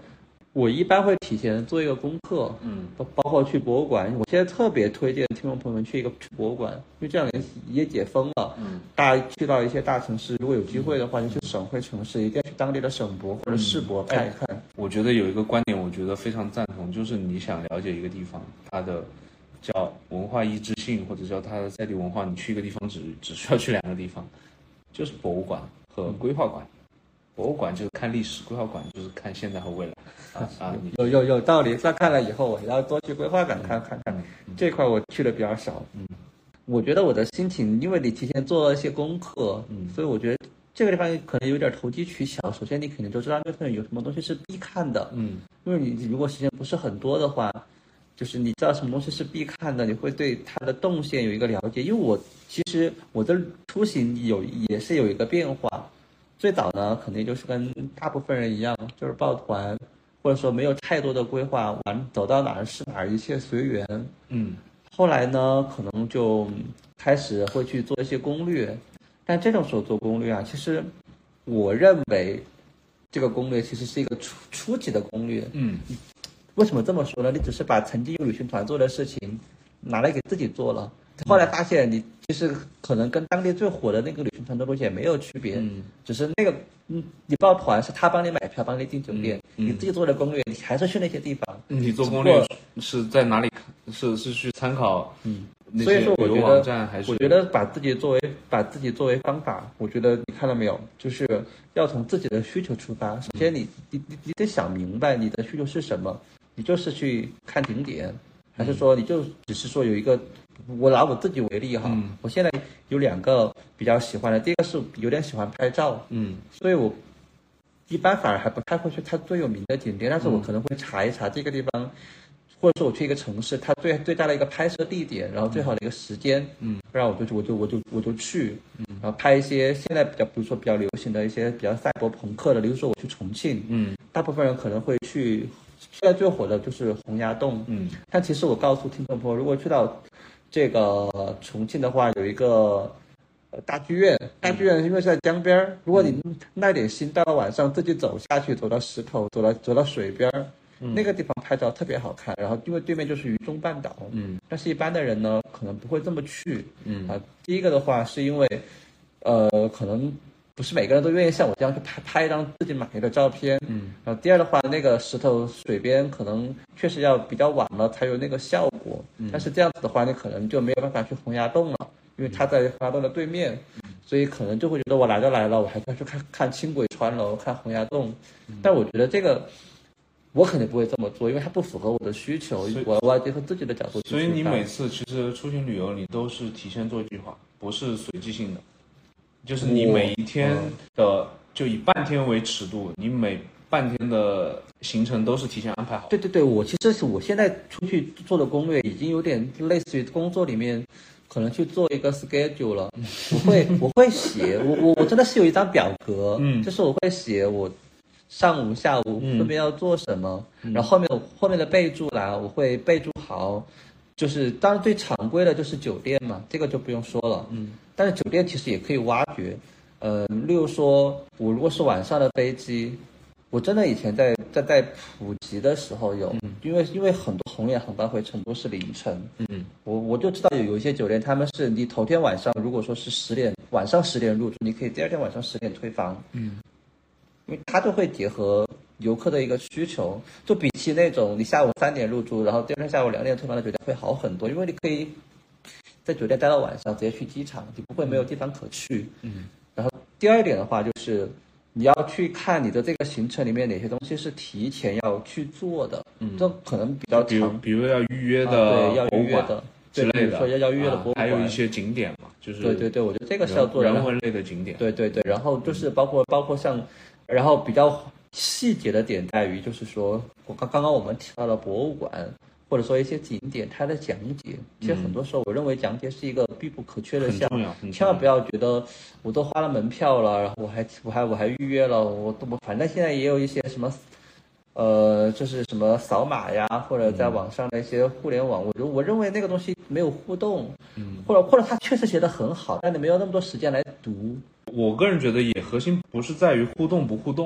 我一般会提前做一个功课， 嗯， 包包括去博物馆。我现在特别推荐听众朋友们去一个去博物馆，因为这两年也解封了， 嗯， 大家去到一些大城市，如果有机会的话，就去省会城市，一定要去当地的省博或者市博看一看。 哎，我觉得有一个观点，我觉得非常赞同，就是你想了解一个地方，它的叫文化一致性，或者叫它的在地文化，你去一个地方只只需要去两个地方，就是博物馆和规划馆。博物馆就是看历史，规划馆就是看现在和未来。啊啊， 有有有道理。这看了以后，我要多去规划馆看看看。这块我去的比较少。嗯，我觉得我的心情，因为你提前做了一些功课，嗯，所以我觉得这个地方可能有点投机取巧。首先，你肯定就知道那份有什么东西是必看的。嗯，因为你如果时间不是很多的话，就是你知道什么东西是必看的，你会对它的动线有一个了解。因为我其实我的出行有也是有一个变化。最早呢，肯定就是跟大部分人一样，就是抱团，或者说没有太多的规划，玩走到哪儿是哪儿，一切随缘。嗯，后来呢，可能就开始会去做一些攻略，但这种时候做攻略啊，其实我认为这个攻略其实是一个初初级的攻略。嗯，为什么这么说呢？你只是把曾经用旅行团做的事情拿来给自己做了。后来发现你其实可能跟当地最火的那个旅行团的路线也没有区别，嗯，只是那个嗯，你报团是他帮你买票，帮你订酒店，嗯嗯，你自己做的攻略，你还是去那些地方。 你做攻略是在哪里看？是是去参考嗯， 所以说我觉得网站还是？ 我觉得把自己作为把自己作为方法，我觉得你看到没有，就是要从自己的需求出发。首先你你你你得想明白你的需求是什么，你就是去看景点，还是说你就只是说有一个。我拿我自己为例哈，嗯，我现在有两个比较喜欢的，第一个是有点喜欢拍照，嗯，所以我一般反而还不太会去它最有名的景点，但是我可能会查一查这个地方，或者说我去一个城市，它最最大的一个拍摄地点，然后最好的一个时间，嗯，然后我就我就我就我就去，嗯，然后拍一些现在比较比如说比较流行的一些比较赛博朋克的，比如说我去重庆，嗯，大部分人可能会去，现在最火的就是洪崖洞，嗯，但其实我告诉听众朋友，如果去到这个重庆的话，有一个呃大剧院，大剧院因为是在江边儿，如果你耐点心，到了晚上自己走下去，走到石头，走到走到水边儿，嗯，那个地方拍照特别好看。然后因为对面就是渝中半岛，嗯，但是一般的人呢，可能不会这么去，嗯啊，第一个的话是因为，呃，可能不是每个人都愿意像我这样去拍拍一张自己满意的照片，嗯，然后第二的话，那个石头水边可能确实要比较晚了才有那个效果，嗯，但是这样子的话，你可能就没有办法去洪崖洞了，因为它在洪崖洞的对面，嗯，所以可能就会觉得我来都来了，我还要去看看轻轨船楼，看洪崖洞，嗯，但我觉得这个我肯定不会这么做，因为它不符合我的需求，我我要结合自己的角度去。 所以你每次其实出行旅游，你都是提前做计划，不是随机性的。就是你每一天的就以半天为尺度，你每半天的行程都是提前安排好。 对对对，我其实是我现在出去做的攻略已经有点类似于工作里面可能去做一个 schedule 了。我会我会写，我我我真的是有一张表格，嗯，就是我会写我上午下午分别要做什么，嗯，然后后面后面的备注栏我会备注好。就是当然最常规的就是酒店嘛，这个就不用说了。嗯，但是酒店其实也可以挖掘，呃，例如说我如果是晚上的飞机，我真的以前在在在普吉的时候有，嗯，因为因为很多红眼航班回成都是凌晨，嗯，我我就知道有有一些酒店他们是你头天晚上如果说是十点晚上十点入住，你可以第二天晚上十点退房，嗯，因为它就会结合游客的一个需求，就比起那种你下午三点入住，然后第二天下午两点退房的酒店会好很多，因为你可以在酒店待到晚上，直接去机场，你不会没有地方可去。嗯，然后第二点的话就是你要去看你的这个行程里面哪些东西是提前要去做的，嗯，这可能比较长， 比如要预约的、 啊，对，要预约的之类的， 说要要预约的博物馆， 还有一些景点嘛，就是对对对，我觉得这个是要做人文类的景点， 对对对，然后就是包括、嗯、包括像，然后比较细节的点在于，就是说我刚刚刚我们提到了博物馆，或者说一些景点，它的讲解，其实很多时候我认为讲解是一个必不可缺的项目，千万不要觉得我都花了门票了，然后我还我还我还预约了，我都反正现在也有一些什么。呃，就是什么扫码呀，或者在网上的一些互联网，我觉我认为那个东西没有互动，嗯，或者或者它确实写得很好，但你没有那么多时间来读。 我个人觉得也核心不是在于互动不互动，嗯，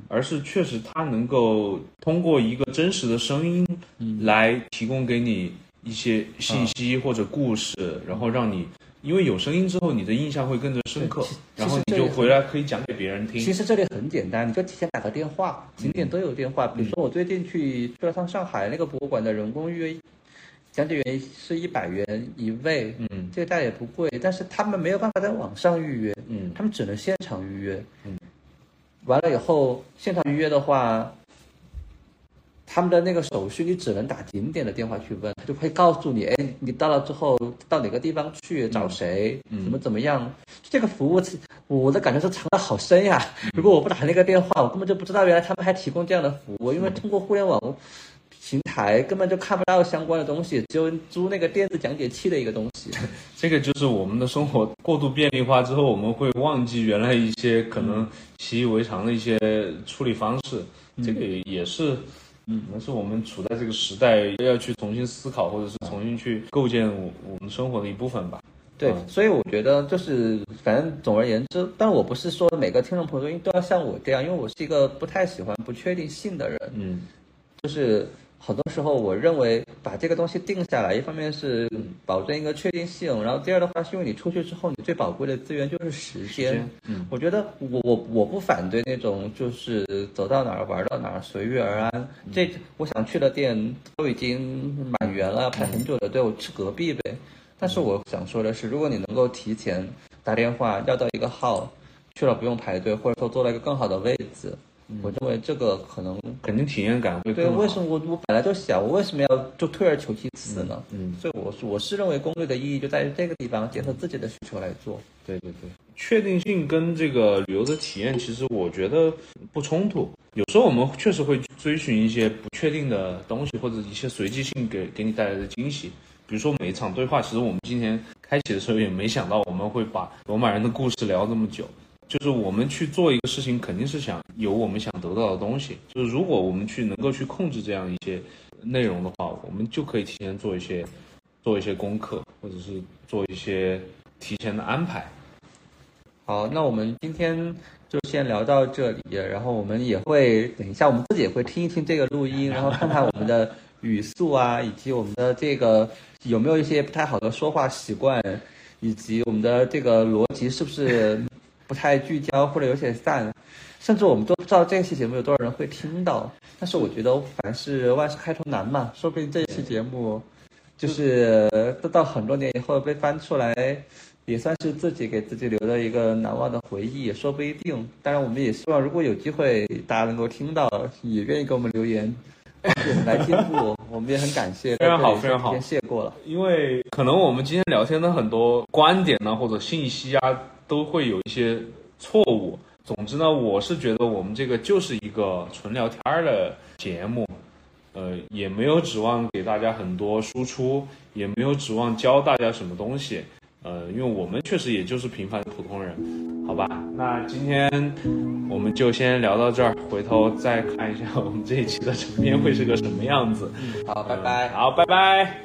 而是确实它能够通过一个真实的声音来提供给你一些信息或者故事，嗯、然后让你。因为有声音之后，你的印象会更加深刻，然后你就回来可以讲给别人听。 其实这里很简单，你就提前打个电话，景点都有电话。比如说我最近去去了趟上海那个博物馆的人工预约，讲解员是一百元一位，嗯，这个价也不贵，但是他们没有办法在网上预约，嗯，他们只能现场预约，嗯，完了以后现场预约的话。他们的那个手续，你只能打景点的电话去问，他就会告诉你，哎，你到了之后到哪个地方去找谁，嗯、怎么怎么样。这个服务，我的感觉是藏得好深呀。如果我不打那个电话，我根本就不知道原来他们还提供这样的服务，因为通过互联网平台根本就看不到相关的东西，只有租那个电子讲解器的一个东西。 这个就是我们的生活过度便利化之后，我们会忘记原来一些可能习以为常的一些处理方式，嗯、这个也是。嗯，那是我们处在这个时代要去重新思考，或者是重新去构建我我们生活的一部分吧。 对，嗯、所以我觉得就是，反正总而言之，但我不是说每个听众朋友都要像我这样，因为我是一个不太喜欢不确定性的人。嗯，就是很多时候我认为把这个东西定下来，一方面是保证一个确定性，然后第二的话是因为你出去之后，你最宝贵的资源就是时间。时间嗯，我觉得我我我不反对那种就是走到哪儿玩到哪儿随遇而安。嗯、这我想去的店都已经满员了，排很久的队，我去隔壁呗。但是我想说的是，如果你能够提前打电话要到一个号，去了不用排队，或者说坐到一个更好的位置。我认为这个可能肯定体验感会更好。 对，为什么我我本来就想，我为什么要就退而求其次呢？嗯，嗯所以我是我是认为攻略的意义就在于这个地方，结合自己的需求来做。 对对对，确定性跟这个旅游的体验，其实我觉得不冲突。有时候我们确实会追寻一些不确定的东西，或者一些随机性给给你带来的惊喜。比如说每一场对话，其实我们今天开启的时候也没想到我们会把罗马人的故事聊这么久。就是我们去做一个事情，肯定是想有我们想得到的东西。就是如果我们去能够去控制这样一些内容的话，我们就可以提前做一些做一些功课，或者是做一些提前的安排。 好，那我们今天就先聊到这里，然后我们也会等一下，我们自己也会听一听这个录音，然后看看我们的语速啊，以及我们的这个有没有一些不太好的说话习惯，以及我们的这个逻辑是不是不太聚焦或者有些散，甚至我们都不知道这期节目有多少人会听到。但是我觉得凡是万事开头难嘛，说不定这一期节目就是都到很多年以后被翻出来，也算是自己给自己留的一个难忘的回忆，也说不一定。当然我们也希望如果有机会大家能够听到，也愿意给我们留言帮助我们来进步，我们也很感谢。 非常好非常好， 先谢过了。 因为可能我们今天聊天的很多观点呢或者信息啊都会有一些错误。总之呢，我是觉得我们这个就是一个纯聊天的节目，呃，也没有指望给大家很多输出，也没有指望教大家什么东西，呃，因为我们确实也就是平凡的普通人，好吧？那今天我们就先聊到这儿，回头再看一下我们这一期的成片会是个什么样子。 好，拜拜。 好，拜拜。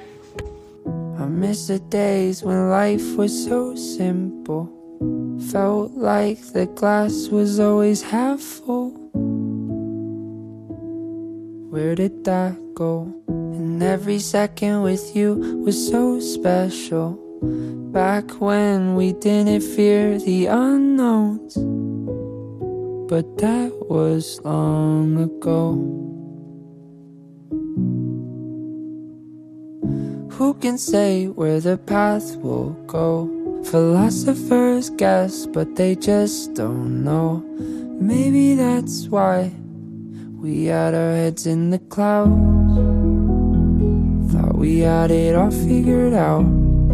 I miss the days when life was so simple. Felt like the glass was always half full. Where did that go? And every second with you was so special. Back when we didn't fear the unknowns. But that was long ago. Who can say where the path will go? Philosophers guess, but they just don't know. Maybe that's why we had our heads in the clouds. Thought we had it all figured out.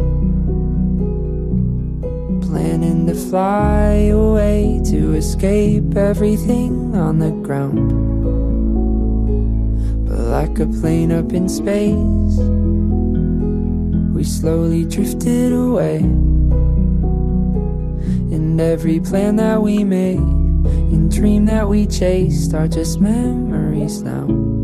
Planning to fly away to escape everything on the ground. But like a plane up in space, we slowly drifted away. And every plan that we made and dream that we chased are just memories now.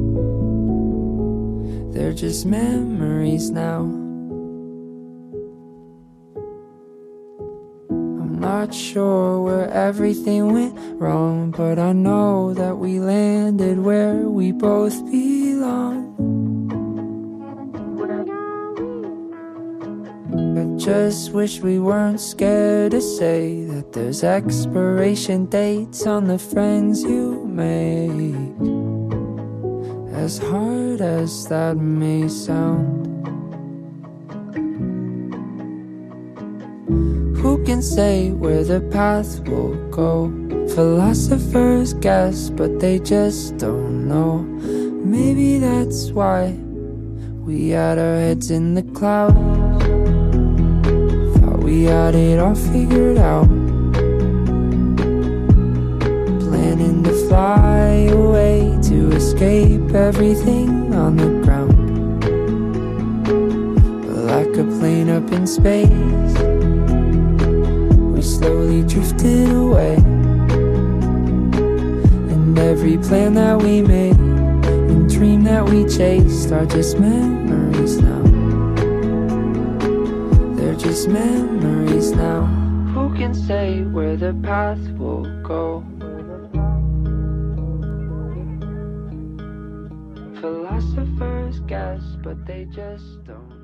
They're just memories now. I'm not not sure where everything went wrong, but I know that we landed where we both belong. I just wish we weren't scared to say that there's expiration dates on the friends you make. As hard as that may sound, who can say where the path will go? Philosophers guess, but they just don't know. Maybe that's why we had our heads in the clouds. Thought we had it all figured out, planning to fly away to escape everything on the ground. But like a plane up in space, slowly drifting away. And every plan that we made and dream that we chased are just memories now. They're just memories now. Who can say where the path will go? Philosophers guess, but they just don't.